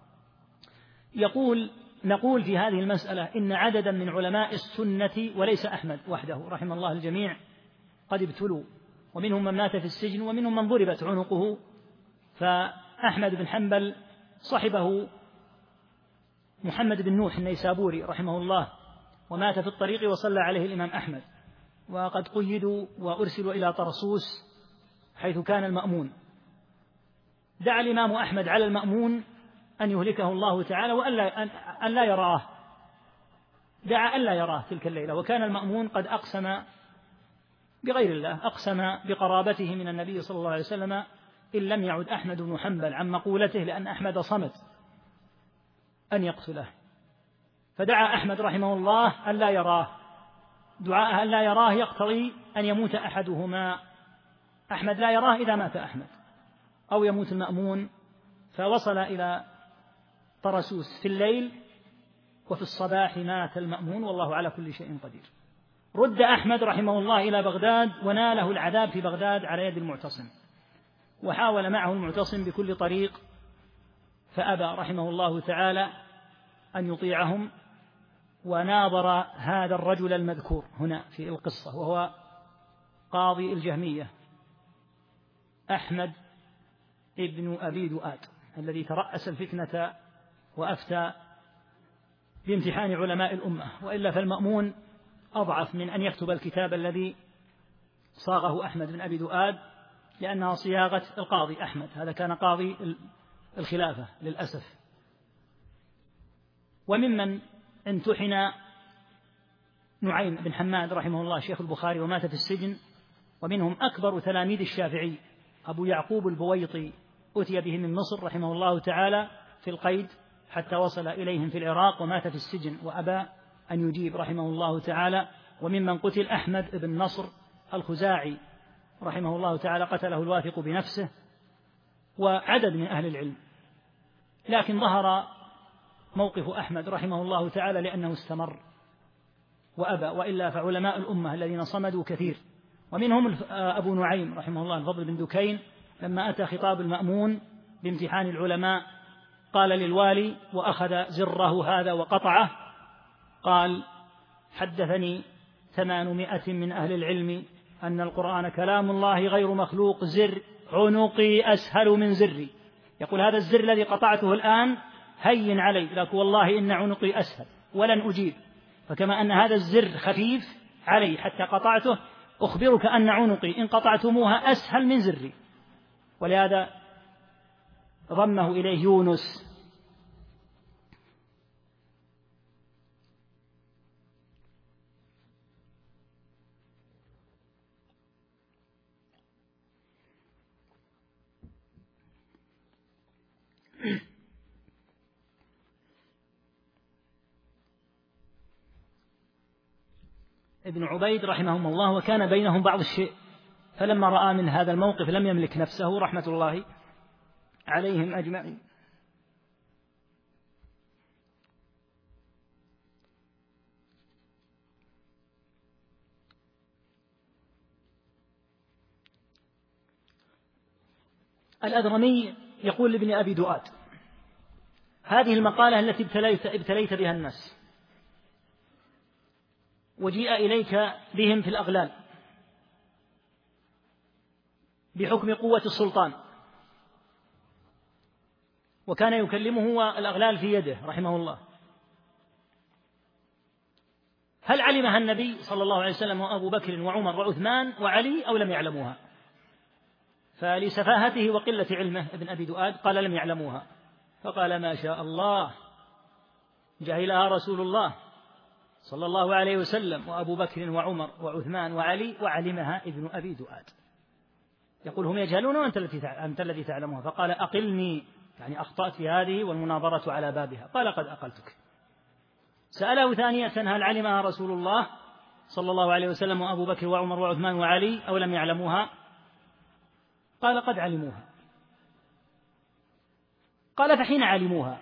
S2: يقول نقول في هذه المسألة إن عددا من علماء السنة وليس أحمد وحده رحمه الله الجميع قد ابتلوا، ومنهم من مات في السجن ومنهم من ضربت عنقه. فأحمد بن حنبل صحبه محمد بن نوح النيسابوري رحمه الله، ومات في الطريق وصلى عليه الإمام أحمد، وقد قيدوا وأرسلوا إلى طرسوس حيث كان المأمون. دعا الإمام أحمد على المأمون أن يهلكه الله تعالى وأن لا يراه، دعا أن لا يراه تلك الليلة، وكان المأمون قد أقسم بغير الله، أقسم بقرابته من النبي صلى الله عليه وسلم إن لم يعد أحمد بن حنبل عن مقولته، لأن أحمد صمت أن يقتله، فدعا أحمد رحمه الله أن لا يراه. دعاء أن لا يراه يقتضي أن يموت أحدهما، أحمد لا يراه إذا مات أحمد، أو يموت المأمون. فوصل إلى طرسوس في الليل، وفي الصباح مات المأمون، والله على كل شيء قدير. رد أحمد رحمه الله إلى بغداد، وناله العذاب في بغداد على يد المعتصم، وحاول معه المعتصم بكل طريق فأبى رحمه الله تعالى أن يطيعهم، وناظر هذا الرجل المذكور هنا في القصة، وهو قاضي الجهمية أحمد ابن أبي دؤاد الذي ترأس الفتنة وأفتى بامتحان علماء الأمة. وإلا فالمأمون أضعف من أن يكتب الكتاب الذي صاغه أحمد بن أبي دؤاد، لأنها صياغة القاضي أحمد، هذا كان قاضي الخلافة للأسف. وممن امتحن نعيم بن حماد رحمه الله شيخ البخاري ومات في السجن، ومنهم أكبر تلاميذ الشافعي أبو يعقوب البويطي، أتي به من مصر رحمه الله تعالى في القيد حتى وصل إليهم في العراق ومات في السجن وأبى أن يجيب رحمه الله تعالى. وممن قتل أحمد بن نصر الخزاعي رحمه الله تعالى، قتله الواثق بنفسه، وعدد من أهل العلم. لكن ظهر موقف أحمد رحمه الله تعالى لأنه استمر وأبى، وإلا فعلماء الأمة الذين صمدوا كثير. ومنهم أبو نعيم رحمه الله الفضل بن دكين، لما أتى خطاب المأمون بامتحان العلماء قال للوالي وأخذ زره هذا وقطعه، قال حدثني ثمانمائة من أهل العلم أن القرآن كلام الله غير مخلوق، زر عنقي أسهل من زري. يقول هذا الزر الذي قطعته الآن هين علي، لكن والله إن عنقي أسهل ولن أجيب، فكما أن هذا الزر خفيف علي حتى قطعته، أخبرك أن عنقي إن قطعتموها أسهل من زري. ولهذا ضمه إليه يونس. ابن عبيد رحمهم الله وكان بينهم بعض الشيء، فلما رأى من هذا الموقف لم يملك نفسه رحمة الله عليهم أجمعين. الأذرمي يقول لابن أبي دؤاد: هذه المقالة التي ابتليت, ابتليت بها الناس وجيء إليك بهم في الأغلال بحكم قوة السلطان، وكان يكلمه والأغلال في يده رحمه الله، هل علمها النبي صلى الله عليه وسلم وأبو بكر وعمر وعثمان وعلي أو لم يعلموها؟ فلسفاهته وقلة علمه ابن أبي دؤاد قال لم يعلموها، فقال: ما شاء الله، جهلها رسول الله صلى الله عليه وسلم وأبو بكر وعمر وعثمان وعلي وعلمها ابن أبي دؤاد. يقول: هم يجهلون وأنت الذي تعلمها. فقال: أقلني، يعني أخطأت في هذه والمناظرة على بابها. قال: قد أقلتك. سأله ثانية: هل علمها رسول الله صلى الله عليه وسلم وأبو بكر وعمر وعثمان وعلي أو لم يعلموها؟ قال: قد علموها. قال: فحين علموها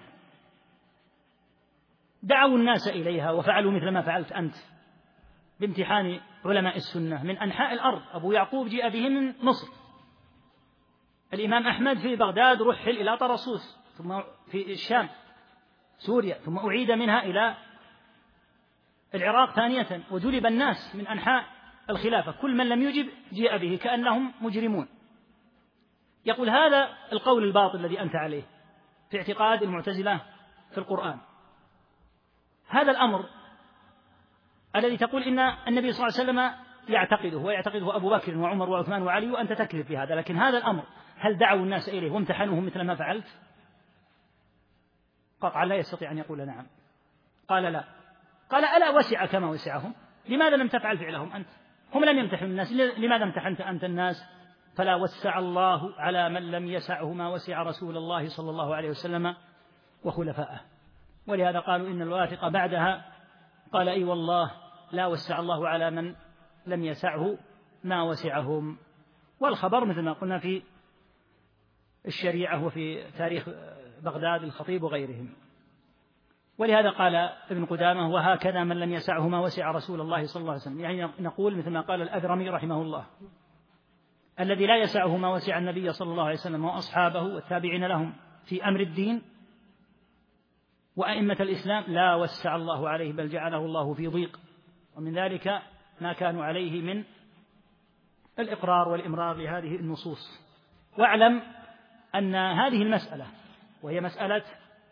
S2: دعوا الناس إليها وفعلوا مثل ما فعلت أنت بامتحان علماء السنة من أنحاء الأرض. أبو يعقوب جاء به من مصر، الإمام أحمد في بغداد رحل إلى طرسوس، ثم في الشام سوريا، ثم أعيد منها إلى العراق ثانية، وجلب الناس من أنحاء الخلافة، كل من لم يجب جاء به كأنهم مجرمون. يقول: هذا القول الباطل الذي أنت عليه في اعتقاد المعتزلة في القرآن، هذا الأمر الذي تقول إن النبي صلى الله عليه وسلم يعتقده ويعتقده أبو بكر وعمر وعثمان وعلي وأنت تكذب في هذا، لكن هذا الأمر هل دعوا الناس إليه وامتحنوهم مثل ما فعلت؟ قطعا لا يستطيع أن يقول نعم. قال: لا. قال: ألا وسع كما وسعهم؟ لماذا لم تفعل فعلهم أنت؟ هم لم يمتحنوا الناس، لماذا امتحنت أنت الناس؟ فلا وسع الله على من لم يسعه ما وسع رسول الله صلى الله عليه وسلم وخلفائه. ولهذا قالوا إن الواثق بعدها قال: أي والله لا وسع الله على من لم يسعه ما وسعهم. والخبر مثل ما قلنا في الشريعة وفي تاريخ بغداد الخطيب وغيرهم. ولهذا قال ابن قدامة: وهكذا من لم يسعه ما وسع رسول الله صلى الله عليه وسلم. يعني نقول مثل ما قال الأذرمي رحمه الله: الذي لا يسعه ما وسع النبي صلى الله عليه وسلم وأصحابه والتابعين لهم في أمر الدين وأئمة الإسلام لا وسع الله عليه، بل جعله الله في ضيق، ومن ذلك ما كانوا عليه من الإقرار والإمرار لهذه النصوص. واعلم أن هذه المسألة، وهي مسألة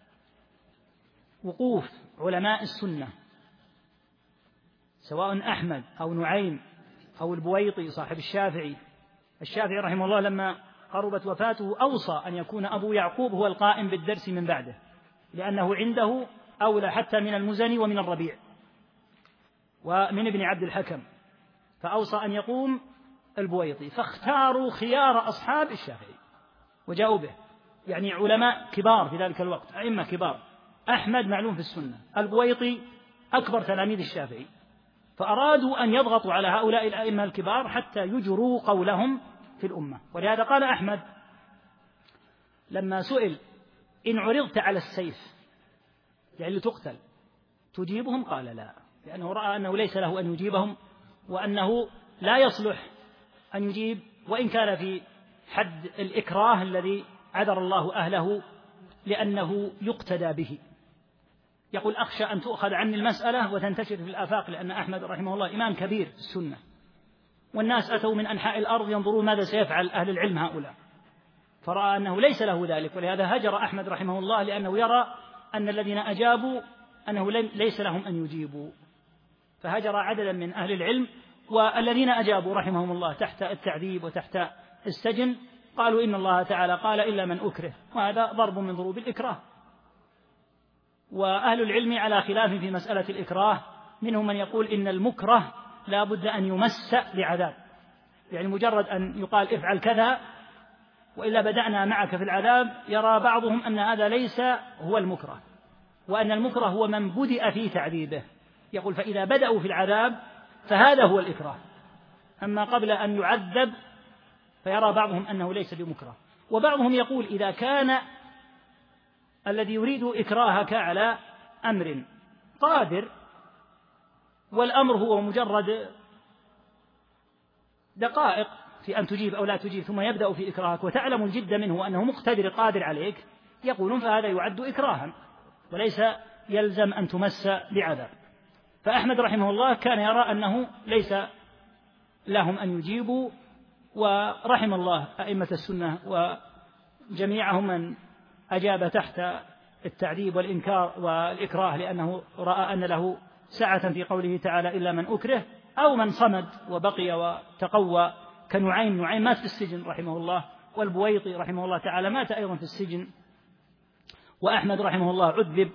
S2: وقوف علماء السنة سواء أحمد أو نعيم أو البويطي صاحب الشافعي، الشافعي رحمه الله لما قربت وفاته أوصى أن يكون أبو يعقوب هو القائم بالدرس من بعده، لأنه عنده أولى حتى من المزني ومن الربيع ومن ابن عبد الحكم، فأوصى أن يقوم البويطي، فاختاروا خيار أصحاب الشافعي وجاءوا به، يعني علماء كبار في ذلك الوقت، أئمة كبار. أحمد معلوم في السنة، البويطي أكبر تلاميذ الشافعي، فأرادوا أن يضغطوا على هؤلاء الأئمة الكبار حتى يجروا قولهم في الأمة. ولهذا قال أحمد لما سئل: إن عرضت على السيف يعني لتقتل تجيبهم؟ قال: لا، لأنه رأى أنه ليس له أن يجيبهم، وأنه لا يصلح أن يجيب وإن كان في حد الإكراه الذي عذر الله أهله لأنه يقتدى به. يقول: أخشى أن تؤخذ عني المسألة وتنتشر في الآفاق، لأن أحمد رحمه الله إمام كبير في السنة، والناس أتوا من أنحاء الأرض ينظرون ماذا سيفعل أهل العلم هؤلاء، فرأى أنه ليس له ذلك، ولهذا هجر أحمد رحمه الله، لأنه يرى أن الذين أجابوا أنه ليس لهم أن يجيبوا، فهجر عددا من أهل العلم. والذين أجابوا رحمهم الله تحت التعذيب وتحت السجن قالوا إن الله تعالى قال إلا من أكره، وهذا ضرب من ضروب الإكراه. وأهل العلم على خلاف في مسألة الإكراه، منهم من يقول إن المكره لا بد أن يمس بعذاب، يعني مجرد أن يقال افعل كذا وإلا بدأنا معك في العذاب. يرى بعضهم أن هذا ليس هو المكره، وأن المكره هو من بدأ في تعذيبه، يقول فإذا بدأوا في العذاب فهذا هو الإكراه، أما قبل أن يعذب فيرى بعضهم أنه ليس بمكره. وبعضهم يقول إذا كان الذي يريد إكراهك على أمر قادر، والأمر هو مجرد دقائق في أن تجيب أو لا تجيب، ثم يبدأ في إكراهك وتعلم الجد منه أنه مقتدر قادر عليك، يقولون فهذا يعد إكراها وليس يلزم أن تمس بعذاب. فأحمد رحمه الله كان يرى أنه ليس لهم أن يجيبوا، ورحم الله أئمة السنة وجميعهم من أجاب تحت التعذيب والإنكار والإكراه، لأنه رأى أن له سعة في قوله تعالى إلا من أكره، أو من صمد وبقي وتقوى كنعيم. نعيم مات في السجن رحمه الله، والبويطي رحمه الله تعالى مات أيضا في السجن، وأحمد رحمه الله عذب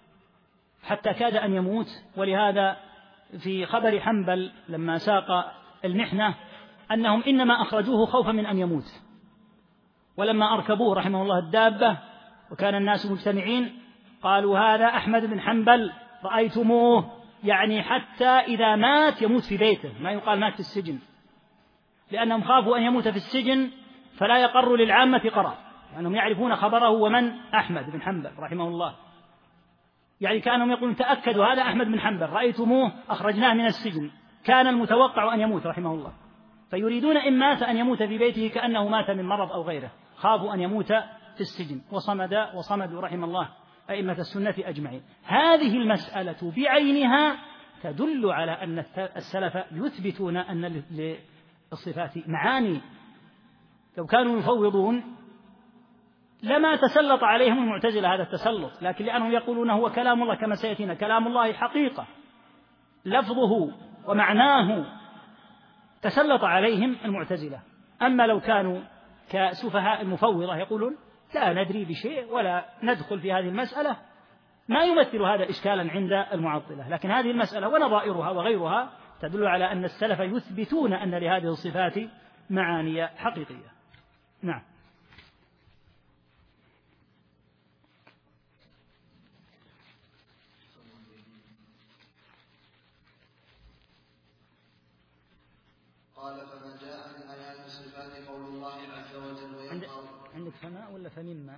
S2: حتى كاد أن يموت. ولهذا في خبر حنبل لما ساق المحنة أنهم إنما أخرجوه خوفا من أن يموت، ولما أركبوه رحمه الله الدابة وكان الناس مجتمعين قالوا هذا أحمد بن حنبل رأيتموه، يعني حتى إذا مات يموت في بيته، ما يقال مات في السجن، لأنهم خافوا أن يموت في السجن فلا يقر للعامة قرار، لأنهم يعرفون خبره ومن أحمد بن حنبل رحمه الله، يعني كانوا يقولون تأكدوا هذا أحمد بن حنبل رأيتموه أخرجناه من السجن، كان المتوقع أن يموت رحمه الله، فيريدون إن مات أن يموت في بيته كأنه مات من مرض أو غيره، خافوا أن يموت في السجن، وصمد وصمدوا رحم الله أئمة السنة أجمعين. هذه المسألة بعينها تدل على أن السلف يثبتون أن للصفات معاني، لو كانوا يفوضون لما تسلط عليهم المعتزلة هذا التسلط، لكن لأنهم يقولون هو كلام الله كما سيأتينا، كلام الله حقيقة لفظه ومعناه، تسلط عليهم المعتزلة. أما لو كانوا كسفهاء المفوضة يقولون لا ندري بشيء ولا ندخل في هذه المسألة، ما يمثل هذا إشكالا عند المعطلة. لكن هذه المسألة ونظائرها وغيرها تدل على أن السلف يثبتون أن لهذه الصفات معاني حقيقية. نعم.
S1: قال فما جاء من آيات الصفات قول الله عز وجل ويبقى.
S2: عندك فما ولا فمما؟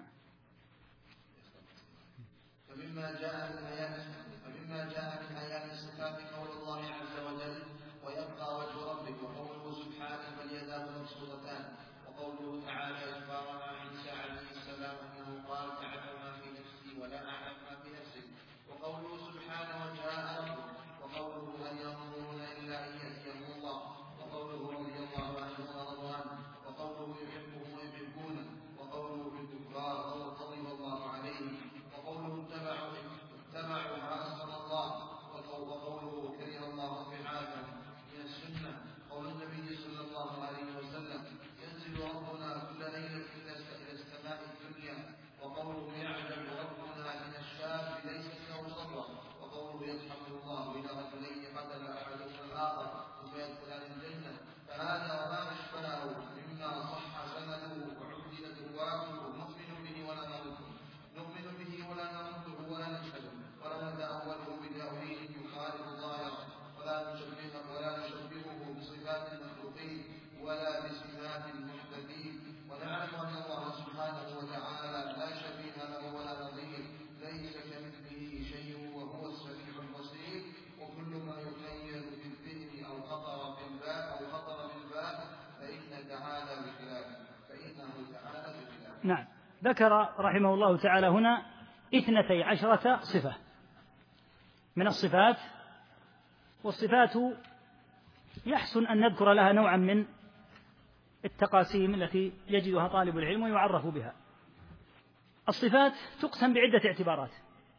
S1: فمما جاء من آيات فمما جاء من آيات الصفات قول الله عز وجل ويبقى وجه ربك، وقوله سبحانه فاليداه مبسوطتان، وقوله تعالى إخبارنا عن عيسى عليه السلام أنه قال تعلم ما في نفسي ولا أعلم ما في نفسك، وقوله سبحانه وجاء ربك، وقوله هل ينظرون إلا أن يأتيهم الله، وقوله رضي الله عنه ورضوان، وقوله يحبهم ويحبونه، وقوله بالكفار غضب الله عليهم، وقوله اتبعوا اتبعوا ما أسخط الله، وقوله كره الله اتباعهم. من السنة قول النبي صلى الله عليه وسلم ينزل ربنا كل ليلة إلى السماء الدنيا، وقوله يعلم ربنا من الشاب ليست له صبوة، وقوله يضحك الله إلى رجلين قتل أحدهما الآخر ثم يدخلان الجنة، فهذا وما أشبهه مما صح سنده وعدلت رواته نؤمن به ولا نرده نؤمن به ولا نرده ولا نشهده ولا نتأوله بتأويل يخالف ظاهره، ولا نشبهه ولا نشبهه بصفات المخلوقين ولا بصفات المحدثين، ونعلم أن الله سبحانه وتعالى لا شبيه له ولا نظير، ليس كمثله شيء وهو السميع البصير، وكل ما يخيل في الذهن أو خطر في البال أو خطر في البال فإن تعالى بخلافه فإنه تعالى بخلافه.
S2: نعم. ذكر رحمه الله تعالى هنا اثنتي عشرة صفة من الصفات، والصفات يحسن أن نذكر لها نوعا من التقاسيم التي يجدها طالب العلم ويعرف بها. الصفات تقسم بعدة اعتبارات،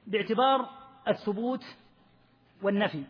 S2: باعتبار الثبوت والنفي.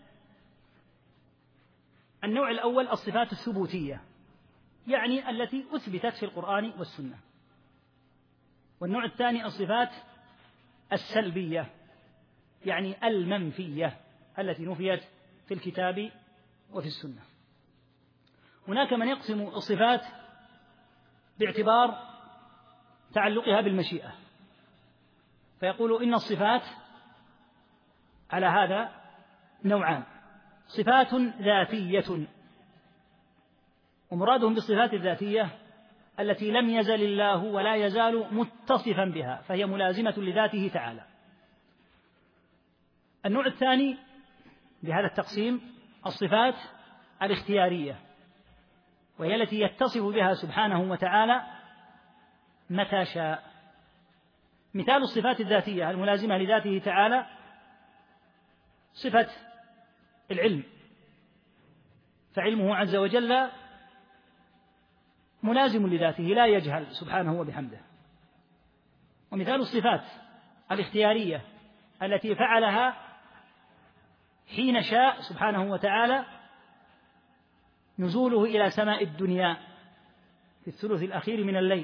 S2: النوع الأول الصفات الثبوتية، يعني التي أثبتت في القرآن والسنة. والنوع الثاني الصفات السلبية، يعني المنفية التي نفيت في الكتاب وفي السنة. هناك من يقسم الصفات باعتبار تعلقها بالمشيئة، فيقول إن الصفات على هذا نوعان: صفات ذاتية، ومرادهم بالصفات الذاتية التي لم يزل الله ولا يزال متصفا بها، فهي ملازمة لذاته تعالى. النوع الثاني بهذا التقسيم الصفات الاختيارية، وهي التي يتصف بها سبحانه وتعالى متى شاء. مثال الصفات الذاتية الملازمة لذاته تعالى صفة العلم، فعلمه عز وجل ملازم لذاته لا يجهل سبحانه وبحمده. ومثال الصفات الاختيارية التي فعلها حين شاء سبحانه وتعالى نزوله إلى سماء الدنيا في الثلث الأخير من الليل،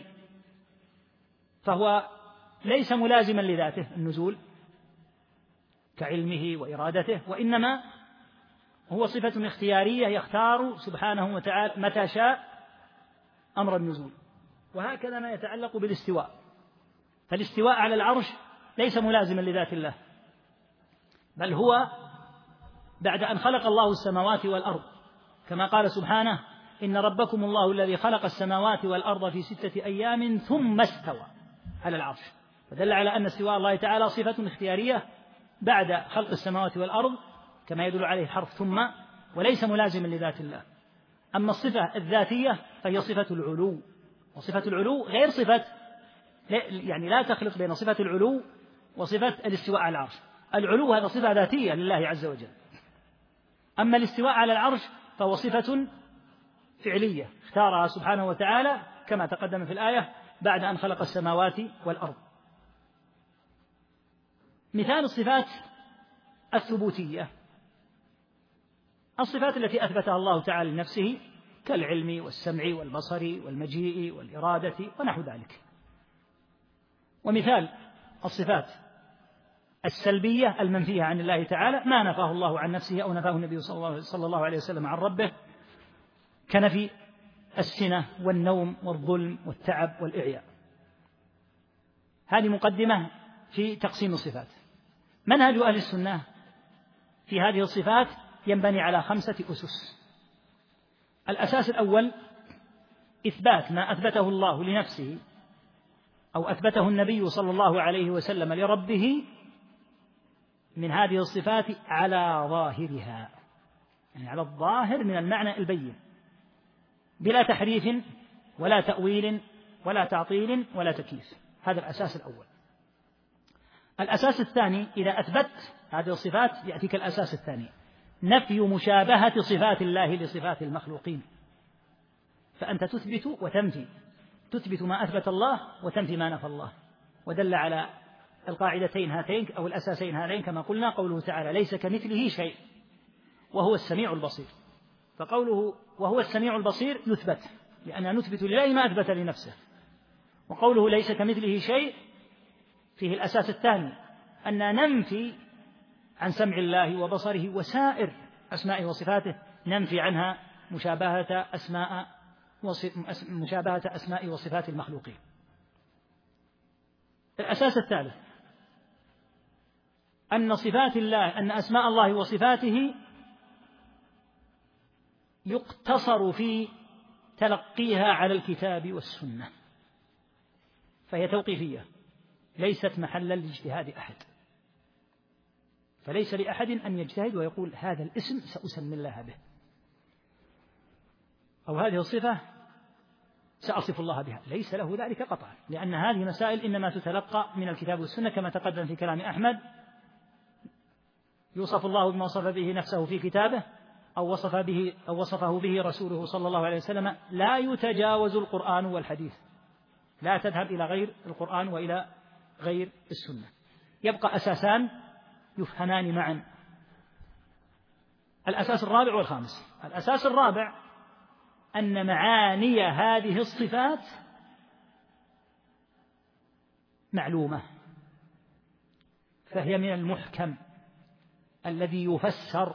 S2: فهو ليس ملازما لذاته النزول كعلمه وإرادته، وإنما هو صفة اختيارية يختار سبحانه وتعالى متى شاء أمر النزول. وهكذا ما يتعلق بالاستواء، فالاستواء على العرش ليس ملازما لذات الله، بل هو بعد أن خلق الله السماوات والأرض، كما قال سبحانه: إن ربكم الله الذي خلق السماوات والأرض في ستة أيام ثم استوى على العرش، فدل على أن استواء الله تعالى صفة اختيارية بعد خلق السماوات والأرض كما يدل عليه حرف ثم، وليس ملازما لذات الله. أما الصفة الذاتية فهي صفة العلو، وصفة العلو غير صفة، يعني لا تخلط بين صفة العلو وصفة الاستواء على العرش. العلو هذا صفة ذاتية لله عز وجل، أما الاستواء على العرش فهو صفة فعلية اختارها سبحانه وتعالى كما تقدم في الآية بعد أن خلق السماوات والأرض. مثال الصفات الثبوتية الصفات التي أثبتها الله تعالى لنفسه كالعلم والسمع والبصر والمجيء والإرادة ونحو ذلك. ومثال الصفات السلبية المنفية عن الله تعالى ما نفاه الله عن نفسه أو نفاه النبي صلى الله عليه وسلم عن ربه، كنفي السنة والنوم والظلم والتعب والإعياء. هذه مقدمة في تقسيم الصفات. منهج أهل السنة في هذه الصفات ينبني على خمسة أسس. الأساس الأول إثبات ما أثبته الله لنفسه أو أثبته النبي صلى الله عليه وسلم لربه من هذه الصفات على ظاهرها، يعني على الظاهر من المعنى البين، بلا تحريف ولا تأويل ولا تعطيل ولا تكييف. هذا الأساس الأول. الأساس الثاني إذا أثبت هذه الصفات يأتيك الأساس الثاني نفي مشابهة صفات الله لصفات المخلوقين، فأنت تثبت وتنفي، تثبت ما أثبت الله وتنفي ما نفى الله. ودل على القاعدتين هاتين أو الأساسين هذين كما قلنا قوله تعالى: ليس كمثله شيء وهو السميع البصير. فقوله وهو السميع البصير يثبت لأننا نثبت لله ما أثبت لنفسه، وقوله ليس كمثله شيء فيه الأساس الثاني أن ننفي عن سمع الله وبصره وسائر أسمائه وصفاته، ننفي عنها مشابهة أسماء مشابهة أسماء وصفات المخلوقين. الأساس الثالث أن صفات الله أن أسماء الله وصفاته يقتصر في تلقيها على الكتاب والسنة، فهي توقيفية ليست محلا لاجتهاد أحد، فليس لأحد أن يجتهد ويقول هذا الاسم سأسمي الله به أو هذه الصفة سأصف الله بها، ليس له ذلك قطعا، لأن هذه مسائل إنما تتلقى من الكتاب والسنة كما تقدم في كلام أحمد: يوصف الله بما وصف به نفسه في كتابه أو وصف به أو وصفه به رسوله صلى الله عليه وسلم، لا يتجاوز القرآن والحديث، لا تذهب إلى غير القرآن وإلى غير السنة. يبقى أساسان يفهمان معا. الأساس الرابع والخامس. الأساس الرابع أن معاني هذه الصفات معلومة، فهي من المحكم الذي يفسر،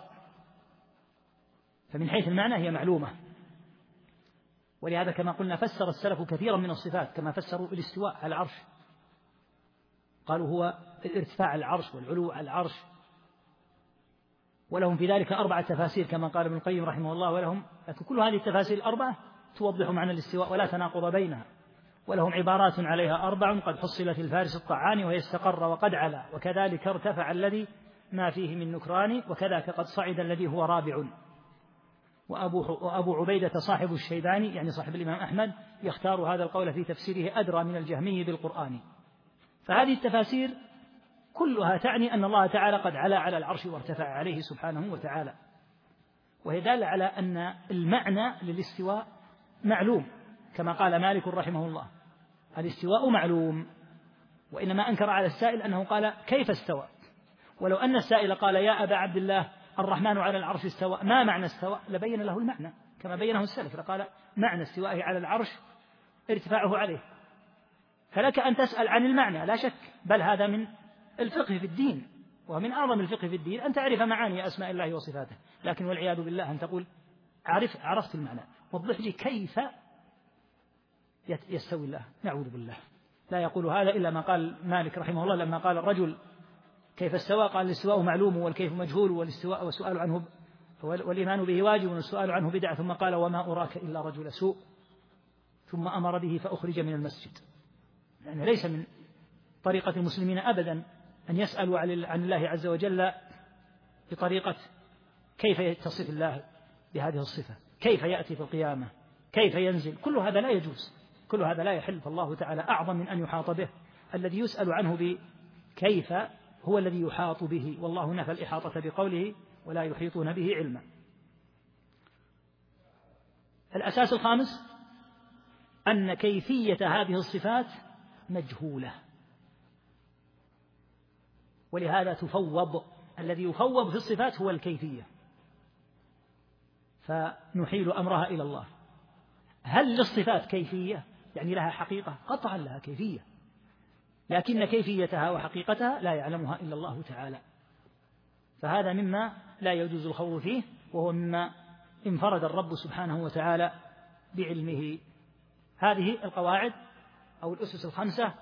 S2: فمن حيث المعنى هي معلومة. ولهذا كما قلنا فسر السلف كثيرا من الصفات، كما فسروا الاستواء على العرش، قالوا هو الارتفاع على العرش والعلو على العرش، ولهم في ذلك أربعة تفاسير كما قال ابن القيم رحمه الله، ولهم لكن كل هذه التفاسير الأربعة توضح معنى الاستواء ولا تناقض بينها، ولهم عبارات عليها أربع قد حصلت الفارس الطعان وهي استقر وقد علا، وكذلك ارتفع الذي ما فيه من نكران، وكذاك قد صعد الذي هو رابع. وأبو, وأبو عبيدة صاحب الشيباني يعني صاحب الإمام أحمد يختار هذا القول في تفسيره أدرى من الجهمي بالقرآن. فهذه التفاسير كلها تعني أن الله تعالى قد علا على العرش وارتفع عليه سبحانه وتعالى، وهي دالة على أن المعنى للاستواء معلوم، كما قال مالك رحمه الله الاستواء معلوم، وإنما أنكر على السائل أنه قال كيف استوى، ولو أن السائل قال يا أبا عبد الله الرحمن على العرش استوى ما معنى استوى لبين له المعنى كما بينه السلف، فقال معنى استوائه على العرش ارتفاعه عليه. فلك أن تسأل عن المعنى لا شك، بل هذا من الفقه في الدين، ومن أعظم الفقه في الدين أن تعرف معاني أسماء الله وصفاته، لكن والعياذ بالله أن تقول عرف عرفت المعنى وضح لي كيف يستوي الله، نعوذ بالله. لا يقول هذا إلا ما قال مالك رحمه الله لما قال الرجل كيف استوى قال الاستواء معلوم والكيف مجهول والاستواء والسؤال عنه والإيمان به واجب والسؤال عنه بدعة، ثم قال وما أراك إلا رجل سوء، ثم أمر به فأخرج من المسجد. يعني ليس من طريقة المسلمين أبدا أن يسألوا عن الله عز وجل بطريقة كيف يتصف الله بهذه الصفة، كيف يأتي في القيامة، كيف ينزل، كل هذا لا يجوز، كل هذا لا يحل، فالله تعالى أعظم من أن يحاط به. الذي يسأل عنه بكيف هو الذي يحاط به، والله نفى الإحاطة بقوله ولا يحيطون به علما. الأساس الخامس أن كيفية هذه الصفات مجهولة، ولهذا تفوض، الذي يفوض في الصفات هو الكيفية، فنحيل أمرها إلى الله. هل للصفات كيفية يعني لها حقيقة؟ قطعا لها كيفية، لكن كيفيتها وحقيقتها لا يعلمها إلا الله تعالى، فهذا مما لا يجوز الخوض فيه، وهو مما انفرد الرب سبحانه وتعالى بعلمه. هذه القواعد أو الأسس الخمسة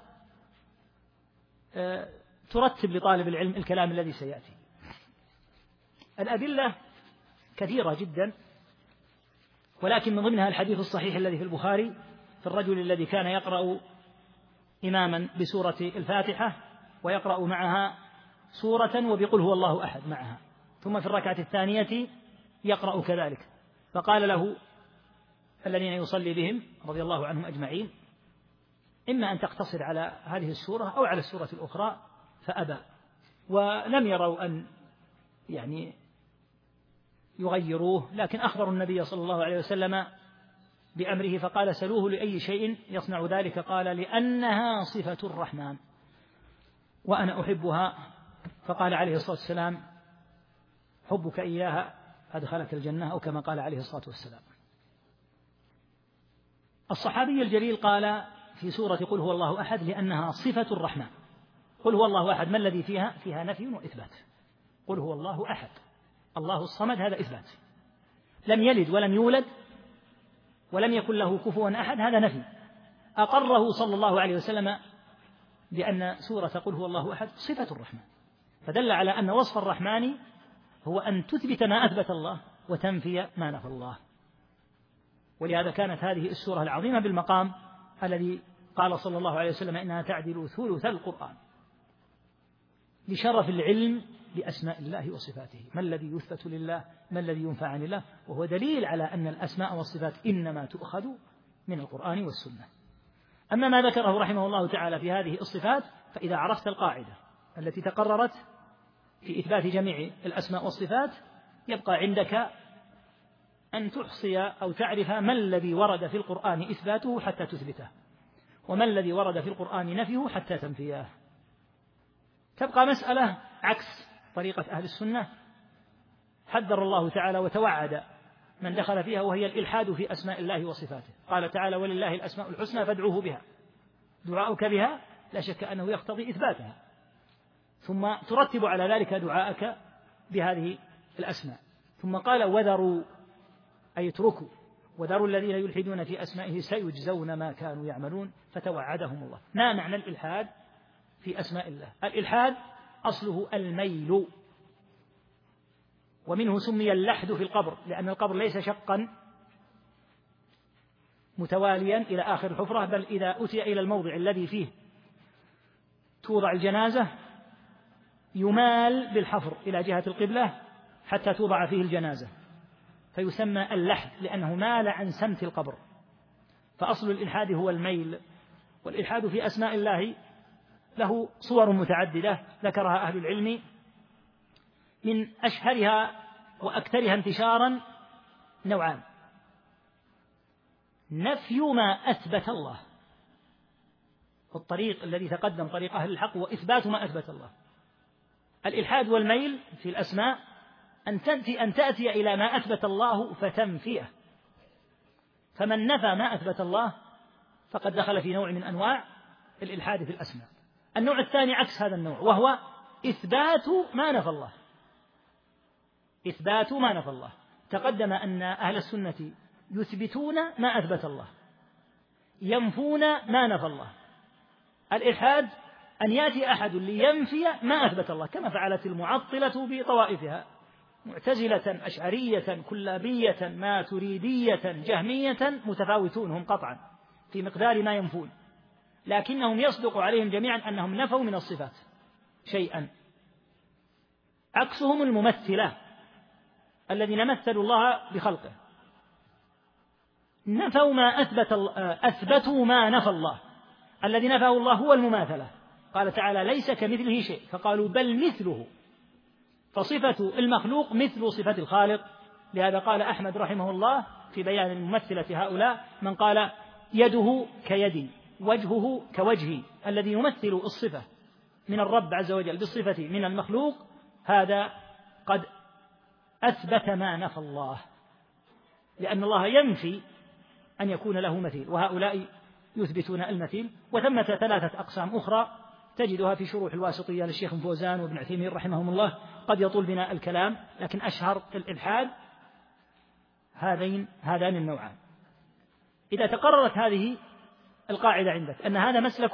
S2: ترتب لطالب العلم الكلام الذي سيأتي. الأدلة كثيرة جدا، ولكن من ضمنها الحديث الصحيح الذي في البخاري في الرجل الذي كان يقرأ إماما بسورة الفاتحة ويقرأ معها سورة وبقل هو الله أحد معها، ثم في الركعة الثانية يقرأ كذلك، فقال له الذين يصلي بهم رضي الله عنهم أجمعين إما أن تقتصر على هذه السورة أو على السورة الأخرى، فأبى، ولم يروا أن يعني يغيروه، لكن أخبروا النبي صلى الله عليه وسلم بأمره، فقال سلوه لأي شيء يصنع ذلك، قال لأنها صفة الرحمن وأنا أحبها، فقال عليه الصلاة والسلام حبك إياها أدخلك الجنة، أو كما قال عليه الصلاة والسلام. الصحابي الجليل قال في سورة قل هو الله أحد لأنها صفة الرحمن. قل هو الله أحد ما الذي فيها؟ فيها نفي وإثبات. قل هو الله أحد، الله الصمد، هذا إثبات، لم يلد ولم يولد ولم يكن له كفوا أحد، هذا نفي. أقره صلى الله عليه وسلم بأن سورة قل هو الله أحد صفة الرحمن، فدل على أن وصف الرحمن هو أن تثبت ما أثبت الله وتنفي ما نفى الله. ولهذا كانت هذه السورة العظيمة بالمقام الذي قال صلى الله عليه وسلم إنها تعدل ثلث القرآن، لشرف العلم بأسماء الله وصفاته، ما الذي يثبت لله، ما الذي ينفع عن الله، وهو دليل على أن الأسماء والصفات إنما تؤخذ من القرآن والسنة. أما ما ذكره رحمه الله تعالى في هذه الصفات، فإذا عرفت القاعدة التي تقررت في إثبات جميع الأسماء والصفات، يبقى عندك أن تحصي أو تعرف ما الذي ورد في القرآن إثباته حتى تثبته، وما الذي ورد في القرآن نفيه حتى تنفيه. تبقى مسألة عكس طريقة أهل السنة حذر الله تعالى وتوعد من دخل فيها، وهي الإلحاد في أسماء الله وصفاته. قال تعالى: ولله الأسماء الحسنى فادعوه بها. دعاؤك بها لا شك أنه يقتضي إثباتها، ثم ترتب على ذلك دعاءك بهذه الأسماء. ثم قال: وذروا أي اتركوا، وذروا الذين يلحدون في أسمائه سيجزون ما كانوا يعملون، فتوعدهم الله. ما معنى الإلحاد في أسماء الله؟ الإلحاد أصله الميل، ومنه سمي اللحد في القبر، لأن القبر ليس شقا متواليا إلى آخر الحفرة، بل إذا أتي إلى الموضع الذي فيه توضع الجنازة يمال بالحفر إلى جهة القبلة حتى توضع فيه الجنازة، فيسمى اللحد لأنه مال عن سمت القبر. فأصل الإلحاد هو الميل. والإلحاد في أسماء الله له صور متعددة ذكرها أهل العلم، من أشهرها وأكثرها انتشارا نوعان: نفي ما أثبت الله، والطريق الذي تقدم طريق أهل الحق وإثبات ما أثبت الله. الإلحاد والميل في الأسماء أن تأتي, أن تأتي إلى ما أثبت الله فتنفيه، فمن نفى ما أثبت الله فقد دخل في نوع من أنواع الإلحاد في الأسماء. النوع الثاني عكس هذا النوع، وهو إثبات ما نفى الله. إثبات ما نفى الله. تقدم أن أهل السنة يثبتون ما أثبت الله، ينفون ما نفى الله. الإلحاد أن يأتي أحد لينفي ما أثبت الله، كما فعلت المعطلة بطوائفها: معتزلة، أشعرية، كلابية، ماتريدية، جهمية، متفاوتون هم قطعا في مقدار ما ينفون، لكنهم يصدق عليهم جميعا أنهم نفوا من الصفات شيئا. عكسهم الممثلة الذين مثلوا الله بخلقه، نفوا ما أثبت أثبتوا ما نفى الله. الذي نفاه الله هو المماثلة. قال تعالى: ليس كمثله شيء، فقالوا بل مثله، فصفة المخلوق مثل صفة الخالق. لهذا قال أحمد رحمه الله في بيان الممثلة هؤلاء: من قال يده كيدي وجهه كوجهي، الذي يمثل الصفة من الرب عز وجل بالصفة من المخلوق، هذا قد أثبت ما نفى الله، لأن الله ينفي أن يكون له مثيل، وهؤلاء يثبتون المثيل. وثمة ثلاثة أقسام أخرى تجدها في شروح الواسطية للشيخ فوزان وابن عثيمين رحمهم الله، قد يطول بنا الكلام، لكن أشهر الإلحاد هذين هذان النوعان. إذا تقررت هذه القاعدة عندك أن هذا مسلك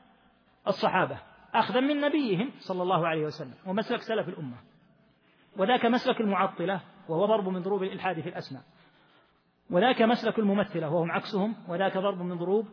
S2: الصحابة أخذا من نبيهم صلى الله عليه وسلم، ومسلك سلف الأمة، وذاك مسلك المعطلة وهو ضرب من ضروب الإلحاد في الأسماء، وذاك مسلك الممثلة وهم عكسهم، وذاك ضرب من ضروب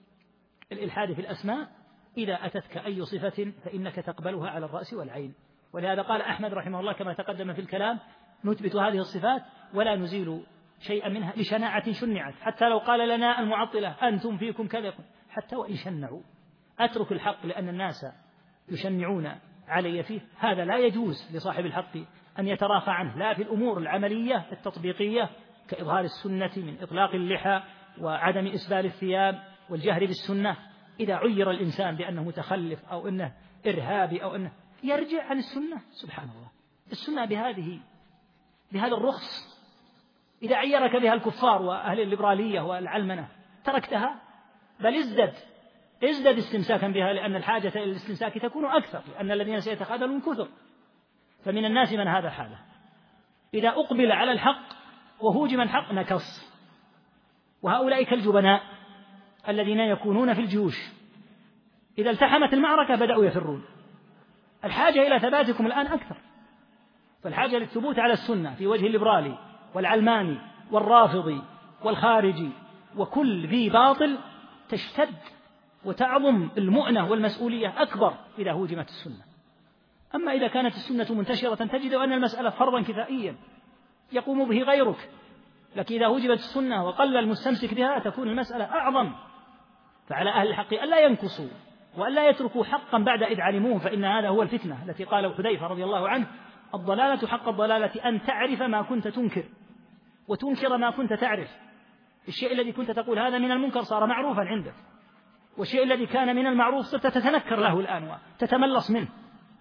S2: الإلحاد في الأسماء. إذا أتتك أي صفة فإنك تقبلها على الرأس والعين. ولهذا قال أحمد رحمه الله كما تقدم في الكلام: نثبت هذه الصفات ولا نزيل شيئا منها لشناعة شنعت، حتى لو قال لنا المعطلة أنتم فيكم كذا، حتى وإن شنعوا أترك الحق لأن الناس يشنعون علي فيه. هذا لا يجوز لصاحب الحق أن يتراخى عنه، لا في الأمور العملية التطبيقية كإظهار السنة من إطلاق اللحى وعدم إسبال الثياب والجهر بالسنة. إذا عير الإنسان بأنه متخلف أو أنه إرهابي أو أنه يرجع عن السنة، سبحان الله، السنة بهذه بهذا الرخص. إذا عيرك بها الكفار وأهل الليبرالية والعلمنة تركتها، بل ازدد ازدد استمساكا بها، لأن الحاجة إلى الاستمساك تكون أكثر، لأن الذين سيتخاذلون كثر. فمن الناس من هذا حاله، إذا أقبل على الحق وهوجم الحق نكص. وهؤلاء كالجبناء الذين يكونون في الجيوش، إذا التحمت المعركة بدأوا يفرون. الحاجة إلى ثباتكم الآن أكثر، فالحاجة للثبوت على السنة في وجه الليبرالي والعلماني والرافضي والخارجي وكل ذي باطل تشتد وتعظم المؤنة والمسؤولية أكبر إذا هوجمت السنة. أما إذا كانت السنة منتشرة تجد أن المسألة فرضا كفائيا يقوم به غيرك، لكن إذا هوجمت السنة وقل المستمسك بها تكون المسألة أعظم. فعلى أهل الحق ألا ينقصوا وألا يتركوا حقا بعد إذ علموه، فإن هذا هو الفتنة التي قاله حذيفة رضي الله عنه: الضلالة حق الضلالة أن تعرف ما كنت تنكر وتنكر ما كنت تعرف. الشيء الذي كنت تقول هذا من المنكر صار معروفا عندك، والشيء الذي كان من المعروف صرت تتنكر له الآن وتتملص منه.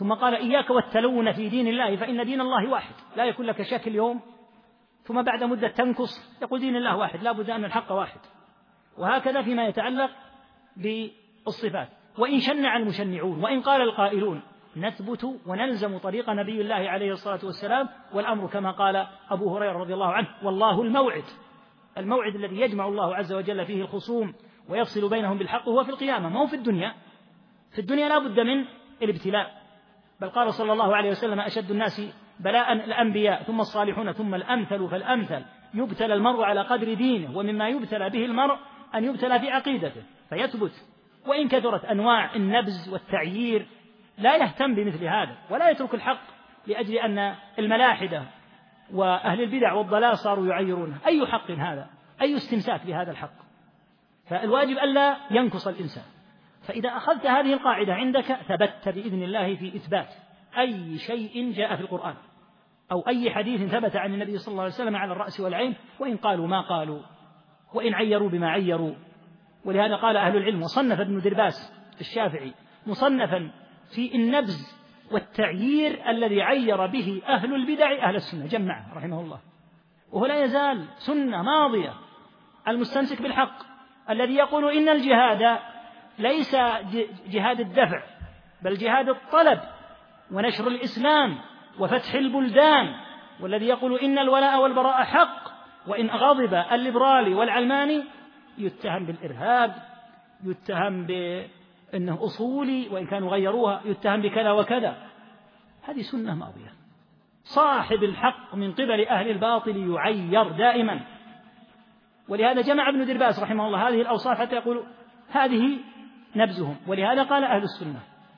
S2: ثم قال إياك والتلون في دين الله فإن دين الله واحد، لا يكون لك شك اليوم ثم بعد مدة تنكص، يقول دين الله واحد، لا بد أن الحق واحد. وهكذا فيما يتعلق بالصفات. وإن شنع المشنعون وإن قال القائلون نثبت ونلزم طريق نبي الله عليه الصلاة والسلام، والأمر كما قال أبو هريرة رضي الله عنه والله الموعد، الموعد الذي يجمع الله عز وجل فيه الخصوم ويفصل بينهم بالحق هو في القيامة، ما هو في الدنيا. في الدنيا لا بد من الابتلاء، بل قال صلى الله عليه وسلم أشد الناس بلاء الأنبياء ثم الصالحون ثم الأمثل فالأمثل، يبتلى المرء على قدر دينه، ومما يبتلى به المرء أن يبتلى في عقيدته فيثبت، وإن كثرت أنواع النبز والتعيير لا يهتم بمثل هذا ولا يترك الحق لأجل أن الملاحدة وأهل البدع والضلال صاروا يعيرونه. أي حق هذا؟ أي استمساك بهذا الحق؟ فالواجب ألا ينكص الإنسان. فإذا أخذت هذه القاعدة عندك ثبت بإذن الله في إثبات أي شيء جاء في القرآن أو أي حديث ثبت عن النبي صلى الله عليه وسلم على الرأس والعين، وإن قالوا ما قالوا وإن عيروا بما عيروا. ولهذا قال أهل العلم، وصنف ابن درباس الشافعي مصنفا في النبز والتعيير الذي عير به أهل البدع أهل السنة، جمعه رحمه الله. وهو لا يزال سنة ماضية المستمسك بالحق الذي يقول إن الجهاد ليس جهاد الدفع بل جهاد الطلب ونشر الإسلام وفتح البلدان، والذي يقول إن الولاء والبراء حق، وإن غضب الليبرالي والعلماني يتهم بالإرهاب، يتهم بأنه أصولي وإن كانوا غيروها، يتهم بكذا وكذا. هذه سنة ماضية. صاحب الحق من قبل أهل الباطل يعير دائما. ولهذا جمع ابن درباس رحمه الله هذه الأوصاف حتى يقول هذه نبزهم. ولهذا قال أهل السنة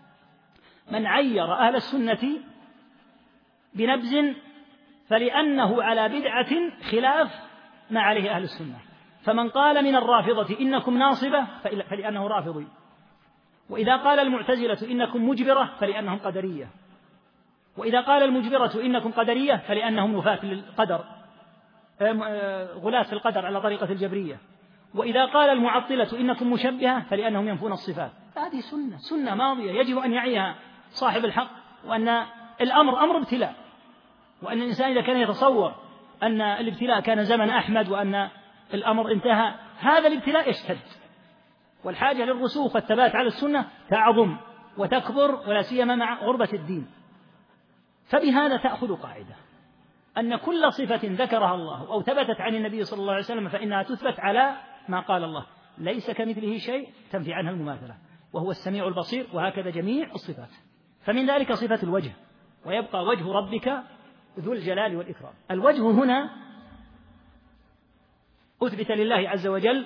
S2: من عير أهل السنة بنبز فلأنه على بدعة خلاف ما عليه أهل السنة. فمن قال من الرافضة إنكم ناصبة فلأنه رافضي، وإذا قال المعتزلة إنكم مجبرة فلأنهم قدرية، وإذا قال المجبرة إنكم قدرية فلأنهم نفاة للقدر، غلاة في القدر على طريقة الجبرية، وإذا قال المعطلة إنكم مشبهة فلأنهم ينفون الصفات. هذه سنة سنة ماضية يجب أن يعيها صاحب الحق، وأن الأمر أمر ابتلاء، وأن الإنسان إذا كان يتصور أن الابتلاء كان زمن أحمد وأن الأمر انتهى، هذا الابتلاء يشتد، والحاجة للرسوخ والثبات على السنة تعظم وتكبر، ولا سيما مع غربة الدين. فبهذا تأخذ قاعدة أن كل صفة ذكرها الله أو ثبتت عن النبي صلى الله عليه وسلم فإنها تثبت على ما قال الله، ليس كمثله شيء تنفي عنها المماثلة، وهو السميع البصير، وهكذا جميع الصفات. فمن ذلك صفة الوجه، ويبقى وجه ربك ذو الجلال والإكرام. الوجه هنا أثبت لله عز وجل،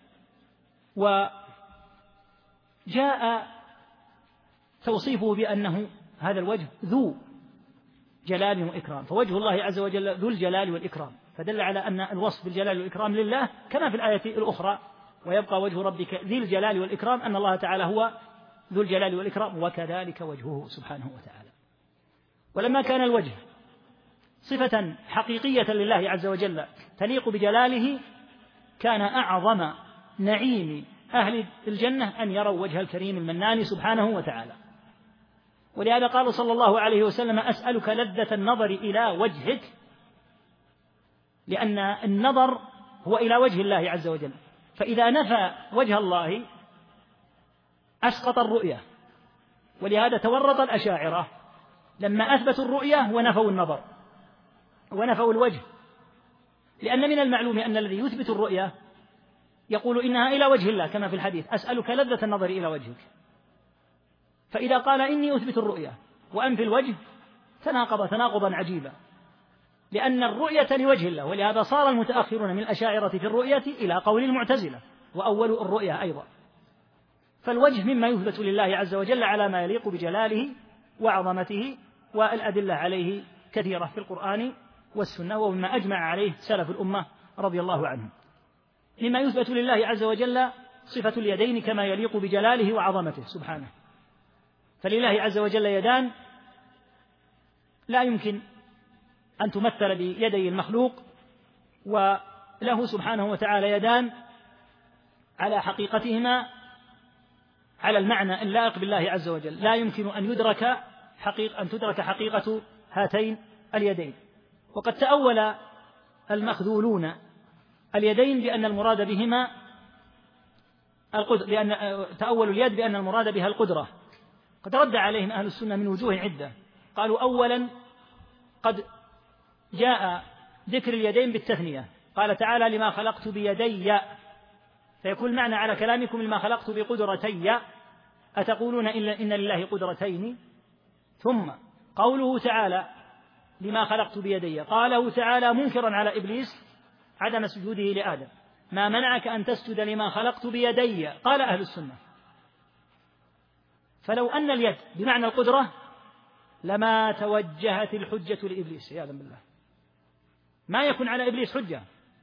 S2: وجاء توصيفه بأنه هذا الوجه ذو جلال وإكرام، فوجه الله عز وجل ذو الجلال والإكرام، فدل على أن الوصف بالجلال والإكرام لله كما في الآية الأخرى ويبقى وجه ربك ذي الجلال والإكرام، أن الله تعالى هو ذو الجلال والإكرام، وكذلك وجهه سبحانه وتعالى. ولما كان الوجه صفة حقيقية لله عز وجل تليق بجلاله، كان أعظم نعيم أهل الجنة أن يروا وجه الكريم المنان سبحانه وتعالى. ولهذا قال صلى الله عليه وسلم أسألك لذة النظر إلى وجهك، لأن النظر هو إلى وجه الله عز وجل، فإذا نفى وجه الله أسقط الرؤية. ولهذا تورط الأشاعرة لما أثبتوا الرؤية ونفوا النظر ونفوا الوجه، لأن من المعلوم أن الذي يثبت الرؤية يقول إنها إلى وجه الله كما في الحديث أسألك لذة النظر إلى وجهك، فإذا قال إني أثبت الرؤية وأنفي الوجه تناقض تناقضا عجيبا، لأن الرؤية لوجه الله. ولهذا صار المتأخرون من الأشاعرة في الرؤية إلى قول المعتزلة وأول الرؤية أيضا. فالوجه مما يثبت لله عز وجل على ما يليق بجلاله وعظمته، والأدلة عليه كثيرة في القرآن والسنة، ومما أجمع عليه سلف الأمة رضي الله عنهم. مما يثبت لله عز وجل صفة اليدين كما يليق بجلاله وعظمته سبحانه، فلله عز وجل يدان لا يمكن أن تمثل بيدي المخلوق، وله سبحانه وتعالى يدان على حقيقتهما على المعنى اللائق بالله عز وجل، لا يمكن أن يدرك حقيقة أن تدرك حقيقة هاتين اليدين. وقد تأول المخذولون اليدين بأن المراد بهما القدرة، لأن تأول اليد بأن المراد بها القدرة. قد رد عليهم أهل السنة من وجوه عدة. قالوا أولا قد جاء ذكر اليدين بالتثنية، قال تعالى لما خلقت بيدي، فيكون المعنى على كلامكم لما خلقت بقدرتي أتقولون إن لله قدرتين. ثم قوله تعالى لما خلقت بيدي قاله تعالى منكرا على إبليس عدم سجوده لآدم، ما منعك أن تسجد لما خلقت بيدي، قال أهل السنة. فلو أن اليد بمعنى القدرة لما توجهت الحجة لإبليس عياذا بالله، ما يكون على إبليس حجة،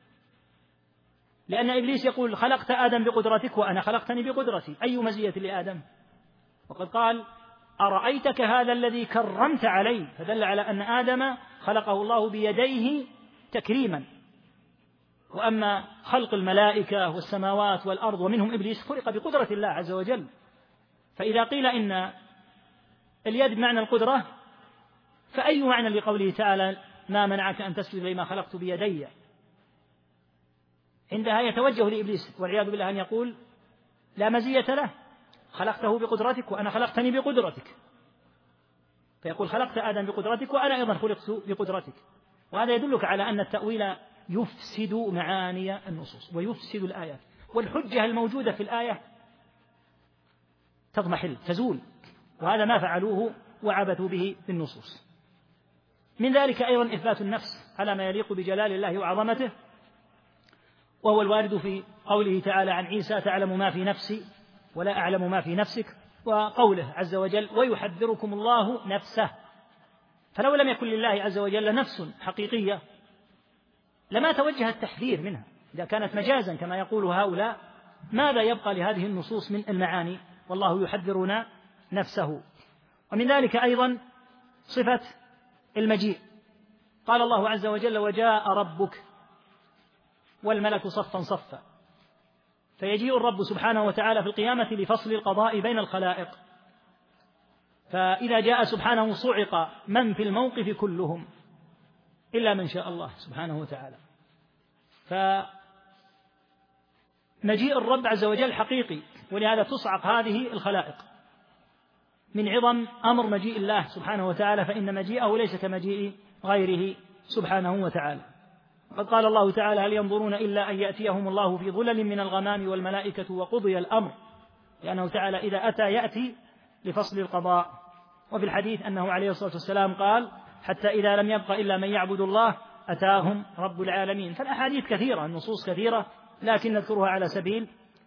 S2: لأن إبليس يقول خلقت آدم بقدرتك وأنا خلقتني بقدرتي، أي مزية لآدم؟ وقد قال أرأيتك هذا الذي كرمت عليه، فدل على أن آدم خلقه الله بيديه تكريما. وأما خلق الملائكة والسماوات والأرض ومنهم إبليس خلق بقدرة الله عز وجل. فإذا قيل إن اليد بمعنى القدرة فأي معنى لقوله تعالى ما منعك أن تسجد لما خلقت بيدي؟ عندها يتوجه لإبليس والعياذ بالله أن يقول لا مزية له، خلقته بقدرتك وأنا خلقتني بقدرتك، فيقول خلقت آدم بقدرتك وأنا أيضا خلقت بقدرتك. وهذا يدلك على أن التأويل يفسد معاني النصوص ويفسد الآيات، والحجة الموجودة في الآية تضمحل تزول، وهذا ما فعلوه وعبثوا به في النصوص. من ذلك أيضا إثبات النفس على ما يليق بجلال الله وعظمته، وهو الوارد في قوله تعالى عن عيسى تعلم ما في نفسي ولا أعلم ما في نفسك، وقوله عز وجل ويحذركم الله نفسه. فلو لم يكن لله عز وجل نفس حقيقية لما توجه التحذير منها، إذا كانت مجازا كما يقول هؤلاء ماذا يبقى لهذه النصوص من المعاني؟ والله يحذرنا نفسه. ومن ذلك أيضا صفة المجيء، قال الله عز وجل وجاء ربك والملك صفا صفا، فيجيء الرب سبحانه وتعالى في القيامة لفصل القضاء بين الخلائق، فإذا جاء سبحانه صعق من في الموقف كلهم إلا من شاء الله سبحانه وتعالى. فمجيء الرب عز وجل حقيقي، ولهذا تصعق هذه الخلائق من عظم أمر مجيء الله سبحانه وتعالى، فإن مجيئه ليس كمجيء غيره سبحانه وتعالى. قد قال الله تعالى هل ينظرون إلا أن يأتيهم الله في ظلل من الغمام والملائكة وقضي الأمر، لأنه تعالى إذا أتى يأتي لفصل القضاء. وفي الحديث أنه عليه الصلاة والسلام قال حتى إذا لم يبق إلا من يعبد الله أتاهم رب العالمين. فالأحاديث كثيرة، النصوص كثيرة، لكن نذكرها على سبيل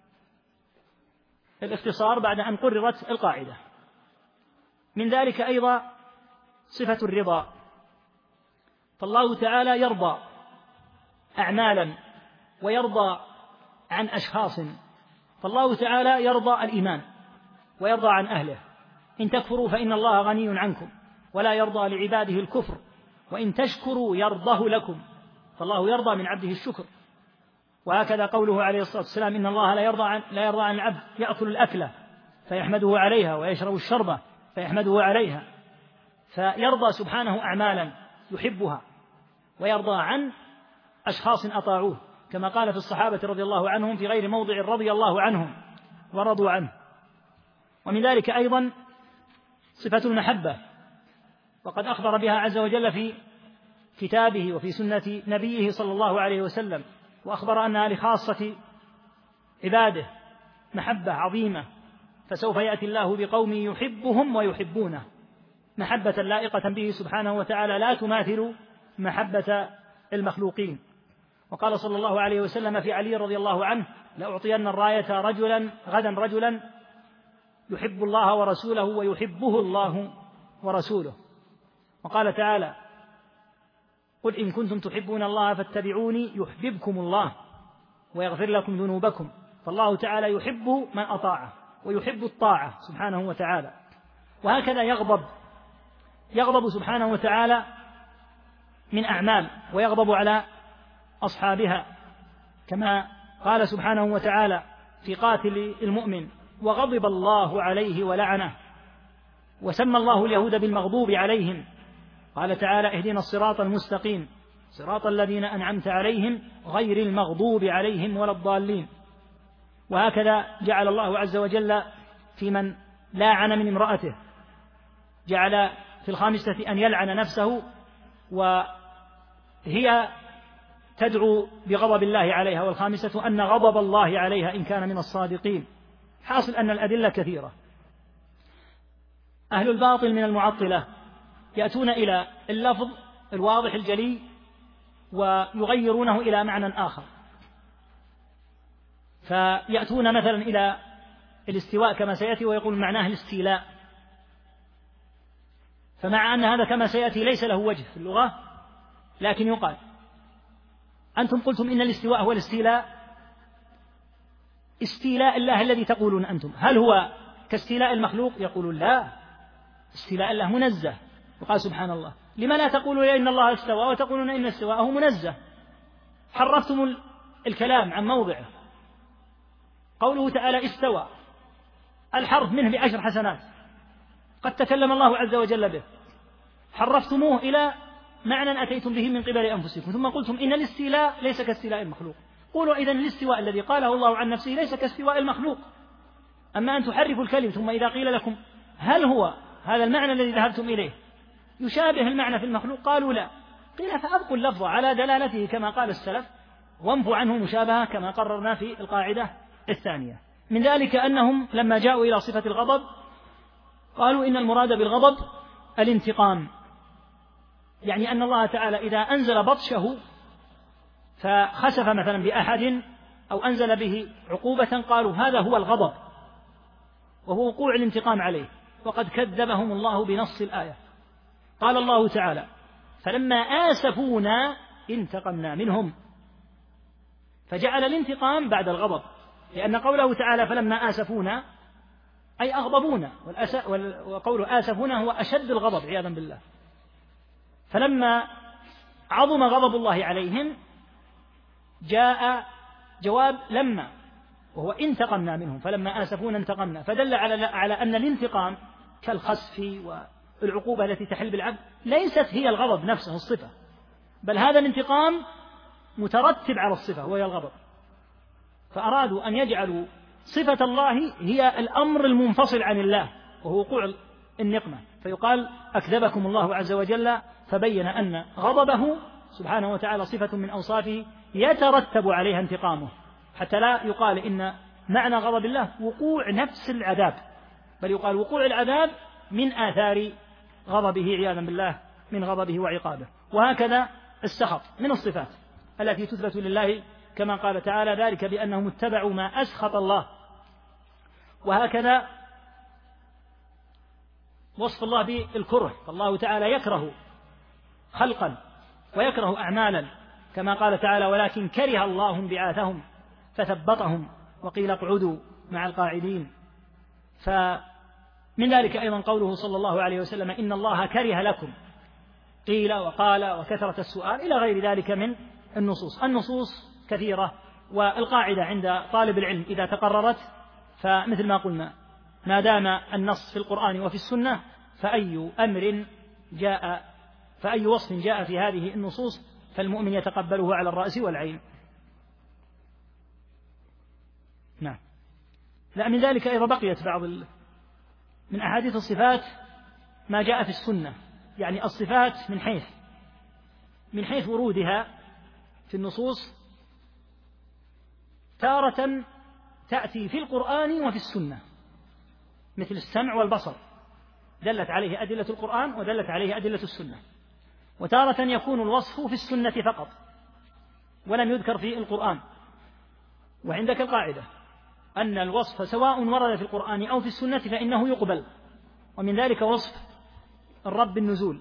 S2: الاختصار بعد أن قررت القاعدة. من ذلك أيضا صفة الرضا، فالله تعالى يرضى أعمالا ويرضى عن أشخاص، فالله تعالى يرضى الإيمان ويرضى عن أهله، إن تكفروا فإن الله غني عنكم ولا يرضى لعباده الكفر وإن تشكروا يرضه لكم، فالله يرضى من عبده الشكر. وهكذا قوله عليه الصلاة والسلام إن الله لا يرضى عن, لا يرضى عن العبد يأكل الأكلة فيحمده عليها ويشرب الشربة فيحمده عليها، فيرضى سبحانه أعمالا يحبها ويرضى عن أشخاص أطاعوه، كما قال في الصحابة رضي الله عنهم في غير موضع رضي الله عنهم ورضوا عنه. ومن ذلك أيضا صفة المحبة، وقد أخبر بها عز وجل في كتابه وفي سنة نبيه صلى الله عليه وسلم، وأخبر أنها لخاصة عباده محبة عظيمة، فسوف يأتي الله بقوم يحبهم ويحبونه محبة لائقة به سبحانه وتعالى لا تماثل محبة المخلوقين. وقال صلى الله عليه وسلم في علي رضي الله عنه لأعطين الراية رجلا غدا رجلا يحب الله ورسوله ويحبه الله ورسوله. وقال تعالى قل إن كنتم تحبون الله فاتبعوني يحببكم الله ويغفر لكم ذنوبكم، فالله تعالى يحب من أطاعه ويحب الطاعة سبحانه وتعالى. وهكذا يغضب يغضب سبحانه وتعالى من أعمال ويغضب على أصحابها، كما قال سبحانه وتعالى في قاتل المؤمن وغضب الله عليه ولعنه وسمى الله اليهود بالمغضوب عليهم، قال تعالى اهدنا الصراط المستقيم صراط الذين أنعمت عليهم غير المغضوب عليهم ولا الضالين. وهكذا جعل الله عز وجل في من لاعن من امرأته جعل في الخامسة أن يلعن نفسه وهي تدعو بغضب الله عليها، والخامسة أن غضب الله عليها إن كان من الصادقين. حاصل أن الأدلة كثيرة. أهل الباطل من المعطلة يأتون إلى اللفظ الواضح الجلي ويغيرونه إلى معنى آخر، فيأتون مثلا إلى الاستواء كما سيأتي ويقول معناه الاستيلاء، فمع أن هذا كما سيأتي ليس له وجه في اللغة، لكن يقال أنتم قلتم إن الاستواء هو الاستيلاء، استيلاء الله الذي تقولون أنتم هل هو كاستيلاء المخلوق؟ يقولون لا، استيلاء الله منزه. وقال سبحان الله لما لا تقولون إن الله استوى وتقولون إن استواءه منزه؟ حرفتم الكلام عن موضعه. قوله تعالى استوى الحرف منه بعشر حسنات قد تكلم الله عز وجل به، حرفتموه إلى معنى أتيتم به من قبل أنفسكم، ثم قلتم إن الاستيلاء ليس كاستيلاء المخلوق. قولوا إذن الاستواء الذي قاله الله عن نفسه ليس كاستواء المخلوق. أما أن تحرفوا الكلم ثم إذا قيل لكم هل هو هذا المعنى الذي ذهبتم إليه يشابه المعنى في المخلوق؟ قالوا لا. قيل فأبقوا اللفظ على دلالته كما قال السلف وانفوا عنه مشابهة كما قررنا في القاعدة الثانية. من ذلك أنهم لما جاءوا إلى صفة الغضب قالوا إن المراد بالغضب الانتقام، يعني أن الله تعالى إذا أنزل بطشه فخسف مثلا بأحد أو أنزل به عقوبة قالوا هذا هو الغضب وهو وقوع الانتقام عليه، وقد كذبهم الله بنص الآية. قال الله تعالى فلما آسفونا انتقمنا منهم، فجعل الانتقام بعد الغضب، لأن قوله تعالى فلما آسفونا أي أغضبونا، وقوله آسفونا هو أشد الغضب عياذا بالله. فلما عظم غضب الله عليهم جاء جواب لما وهو انتقمنا منهم، فلما آسفونا انتقمنا، فدل على على أن الانتقام كالخسف والعقوبة التي تحل بالعبد ليست هي الغضب نفسه الصفة، بل هذا الانتقام مترتب على الصفة وهي الغضب. فأرادوا أن يجعلوا صفة الله هي الأمر المنفصل عن الله وهو وقوع النقمة، فيقال أكذبكم الله عز وجل فبين أن غضبه سبحانه وتعالى صفة من أوصافه يترتب عليها انتقامه، حتى لا يقال إن معنى غضب الله وقوع نفس العذاب، بل يقال وقوع العذاب من آثار غضبه عياذا بالله، من غضبه وعقابه. وهكذا السخط من الصفات التي تثبت لله كما قال تعالى ذلك بأنهم اتبعوا ما أسخط الله. وهكذا وصف الله بالكره، فالله تعالى يكره خلقا ويكره أعمالا كما قال تعالى ولكن كره الله انبعاثهم فثبطهم وقيل اقعدوا مع القاعدين. فمن ذلك أيضا قوله صلى الله عليه وسلم إن الله كره لكم قيل وقال وكثرة السؤال إلى غير ذلك من النصوص. النصوص كثيرة، والقاعدة عند طالب العلم إذا تقررت فمثل ما قلنا ما دام النص في القرآن وفي السنة فأي أمر جاء فأي وصف جاء في هذه النصوص فالمؤمن يتقبله على الرأس والعين. نعم. لا من ذلك أيضا بقيت بعض من أحاديث الصفات ما جاء في السنة، يعني الصفات من حيث من حيث ورودها في النصوص تارة تأتي في القرآن وفي السنة، مثل السمع والبصر دلت عليه أدلة القرآن ودلت عليه أدلة السنة، وتارة يكون الوصف في السنة فقط ولم يذكر في القرآن. وعندك القاعدة أن الوصف سواء ورد في القرآن أو في السنة فإنه يقبل، ومن ذلك وصف الرب بالنزول،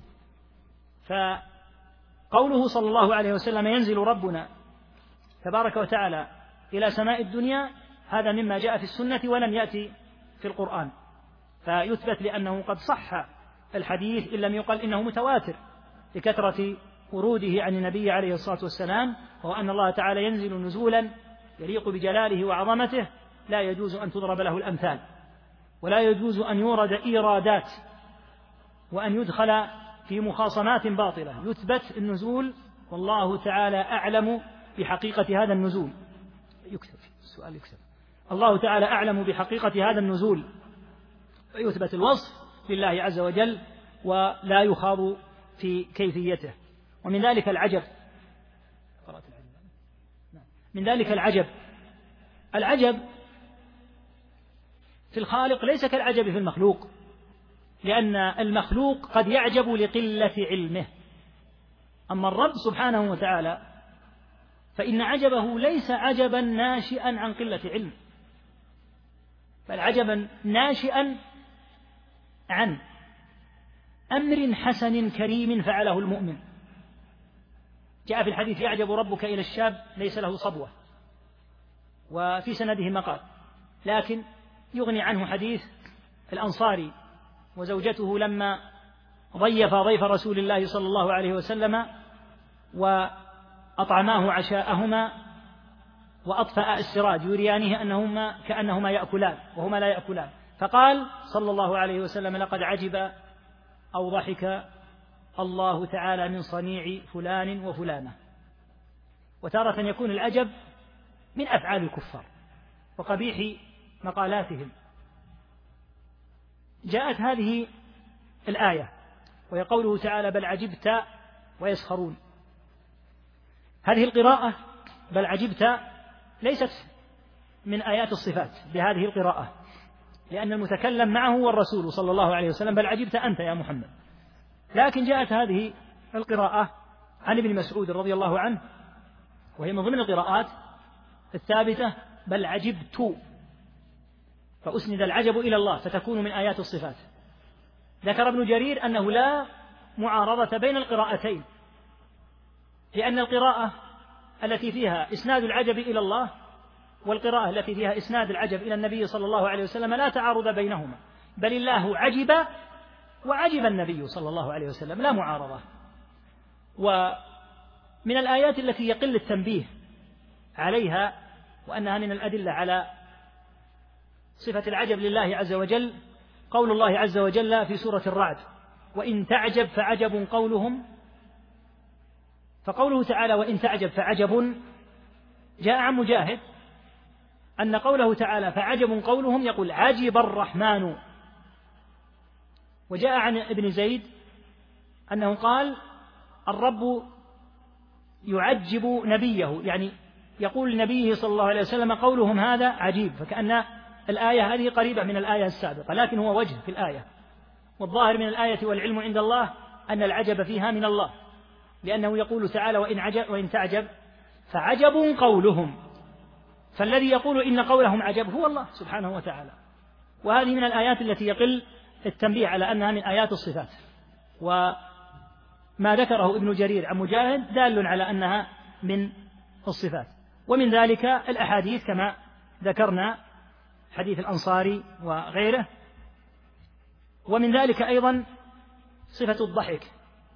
S2: فقوله صلى الله عليه وسلم ينزل ربنا تبارك وتعالى إلى سماء الدنيا هذا مما جاء في السنة ولم يأتي في القرآن، فيثبت لأنه قد صح الحديث إن لم يقل إنه متواتر لكثرة وروده عن النبي عليه الصلاة والسلام، وهو أن الله تعالى ينزل نزولا يليق بجلاله وعظمته لا يجوز أن تضرب له الأمثال. ولا يجوز أن يورد إيرادات وأن يدخل في مخاصمات باطلة. يثبت النزول والله تعالى أعلم بحقيقة هذا النزول. يكتب السؤال يكتب الله تعالى أعلم بحقيقة هذا النزول، فيثبت الوصف لله عز وجل ولا يخاض في كيفيته. ومن ذلك العجب من ذلك العجب العجب في الخالق ليس كالعجب في المخلوق، لأن المخلوق قد يعجب لقلة علمه، أما الرب سبحانه وتعالى فإن عجبه ليس عجبا ناشئا عن قلة علم، بل عجبا ناشئا عن أمر حسن كريم فعله المؤمن. جاء في الحديث: يعجب ربك إلى الشاب ليس له صبوة، وفي سنده مقال، لكن يغني عنه حديث الأنصاري وزوجته لما ضيف ضيف رسول الله صلى الله عليه وسلم وأطعماه عشاءهما وأطفأ السراج يريانه أنهما كأنهما يأكلان وهما لا يأكلان، فقال صلى الله عليه وسلم: لقد عجب أو ضحك الله تعالى من صنيع فلان وفلانة. وتارة يكون العجب من أفعال الكفار وقبيح مقالاتهم. جاءت هذه الآية وهي قوله تعالى: بل عجبت ويسخرون. هذه القراءة بل عجبت ليست من آيات الصفات بهذه القراءة، لأن المتكلم معه هو الرسول صلى الله عليه وسلم: بل عجبت أنت يا محمد. لكن جاءت هذه القراءة عن ابن مسعود رضي الله عنه، وهي من ضمن القراءات الثابتة: بل عجبت، فأسند العجب إلى الله فتكون من آيات الصفات. ذكر ابن جرير أنه لا معارضة بين القراءتين، لأن القراءة التي فيها إسناد العجب إلى الله والقراءة التي فيها إسناد العجب إلى النبي صلى الله عليه وسلم لا تعارض بينهما، بل الله عجب وعجب النبي صلى الله عليه وسلم، لا معارضة. ومن الآيات التي يقل التنبيه عليها وأنها من الأدلة على صفة العجب لله عز وجل قول الله عز وجل في سورة الرعد: وإن تعجب فعجب قولهم. فقوله تعالى وإن تعجب فعجب جاء عن مجاهد أن قوله تعالى فعجب قولهم يقول عجب الرحمن. وجاء عن ابن زيد أنه قال الرب يعجب نبيه، يعني يقول لنبيه صلى الله عليه وسلم قولهم هذا عجيب، فكأن الآية هذه قريبة من الآية السابقة، لكن هو وجه في الآية. والظاهر من الآية والعلم عند الله أن العجب فيها من الله، لأنه يقول تعالى وإن, عجب وإن تعجب فعجب قولهم، فالذي يقول إن قولهم عجب هو الله سبحانه وتعالى. وهذه من الآيات التي يقل التنبيه على أنها من آيات الصفات، وما ذكره ابن جرير عن مجاهد دال على أنها من الصفات. ومن ذلك الأحاديث كما ذكرنا حديث الأنصاري وغيره. ومن ذلك أيضا صفة الضحك،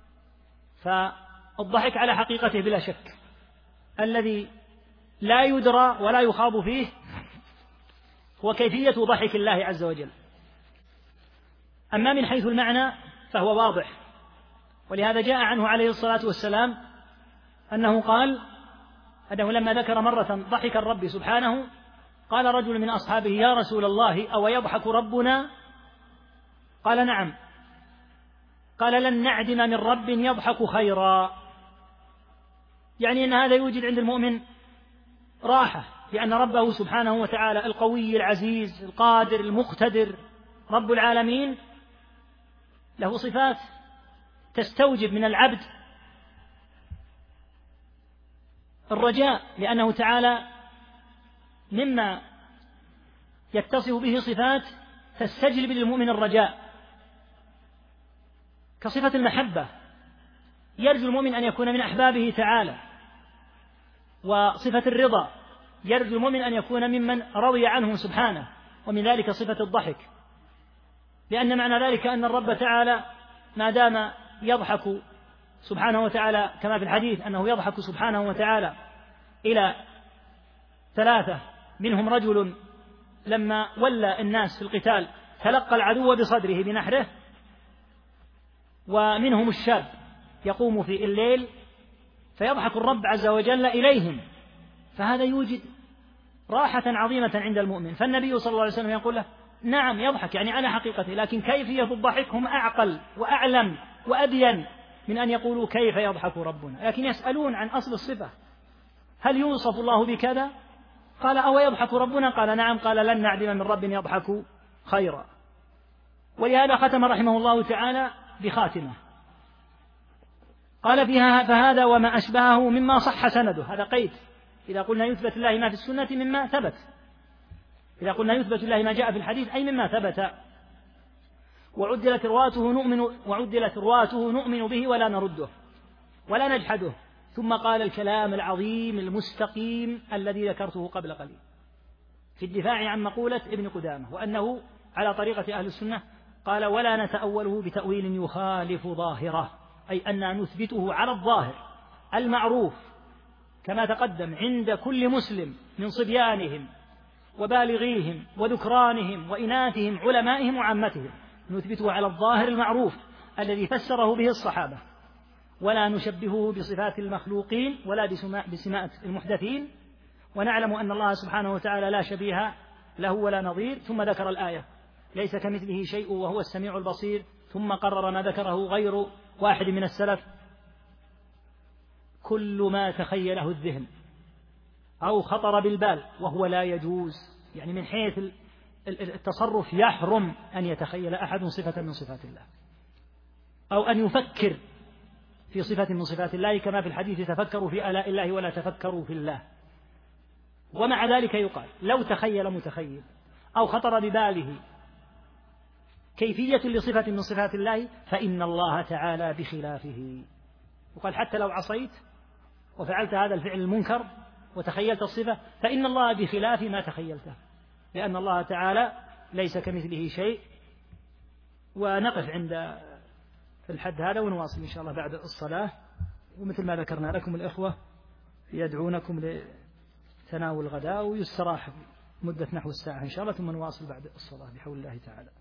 S2: فالضحك على حقيقته بلا شك الذي لا يدرى ولا يخاض فيه هو كيفية ضحك الله عز وجل. أما من حيث المعنى فهو واضح، ولهذا جاء عنه عليه الصلاة والسلام أنه قال أنه لما ذكر مرة ضحك الرب سبحانه قال رجل من أصحابه يا رسول الله أو يضحك ربنا؟ قال نعم. قال لن نعدم من رب يضحك خيرا، يعني أن هذا يوجد عند المؤمن راحة، لأن ربه سبحانه وتعالى القوي العزيز القادر المقتدر رب العالمين له صفات تستوجب من العبد الرجاء، لأنه تعالى مما يتصف به صفات تستجلب للمؤمن الرجاء، كصفة المحبة، يرجو المؤمن أن يكون من أحبابه تعالى. وصفة الرضا، يرجو المؤمن أن يكون ممن رضي عنه سبحانه. ومن ذلك صفة الضحك، لأن معنى ذلك أن الرب تعالى ما دام يضحك سبحانه وتعالى كما في الحديث أنه يضحك سبحانه وتعالى إلى ثلاثة، منهم رجل لما ولى الناس في القتال تلقى العدو بصدره بنحره، ومنهم الشاب يقوم في الليل فيضحك الرب عز وجل إليهم، فهذا يوجد راحة عظيمة عند المؤمن. فالنبي صلى الله عليه وسلم يقول له نعم يضحك يعني على حقيقته، لكن كيفية الضحك هم أعقل وأعلم وأبين من أن يقولوا كيف يضحك ربنا، لكن يسألون عن أصل الصفة، هل يوصف الله بكذا؟ قال أو يضحك ربنا؟ قال نعم. قال لن نعدم من رب يضحك خيرا. ولهذا ختم رحمه الله تعالى بخاتمة قال فيها فهذا وما أشبهه مما صح سنده. هذا قيد، إذا قلنا يثبت الله ما في السنة مما ثبت، إذا قلنا يثبت الله ما جاء في الحديث أي مما ثبت. وعدلت رواته نؤمن وعدلت رواته نؤمن به ولا نرده ولا نجحده. ثم قال الكلام العظيم المستقيم الذي ذكرته قبل قليل في الدفاع عن مقولة ابن قدامة وأنه على طريقة أهل السنة. قال ولا نتأوله بتأويل يخالف ظاهره، أي أننا نثبته على الظاهر المعروف كما تقدم عند كل مسلم من صبيانهم وبالغيهم وذكرانهم وإناثهم علمائهم وعامتهم، نثبته على الظاهر المعروف الذي فسره به الصحابة، ولا نشبهه بصفات المخلوقين ولا بسمات المحدثين، ونعلم أن الله سبحانه وتعالى لا شبيه له ولا نظير. ثم ذكر الآية ليس كمثله شيء وهو السميع البصير، ثم قرر ما ذكره غير واحد من السلف: كل ما تخيله الذهن أو خطر بالبال وهو لا يجوز، يعني من حيث التصرف يحرم أن يتخيل أحد صفة من صفات الله أو أن يفكر في صفة من صفات الله، كما في الحديث تفكروا في آلاء الله ولا تفكروا في الله. ومع ذلك يقال لو تخيل متخيل أو خطر بباله كيفية لصفة من صفات الله فإن الله تعالى بخلافه. وقال حتى لو عصيت وفعلت هذا الفعل المنكر وتخيلت الصفة فإن الله بخلاف ما تخيلته، لأن الله تعالى ليس كمثله شيء. ونقف عند الحد هذا ونواصل إن شاء الله بعد الصلاة. ومثل ما ذكرنا لكم الإخوة يدعونكم لتناول الغداء ويستراح مدة نحو الساعة إن شاء الله، ثم نواصل بعد الصلاة بحول الله تعالى.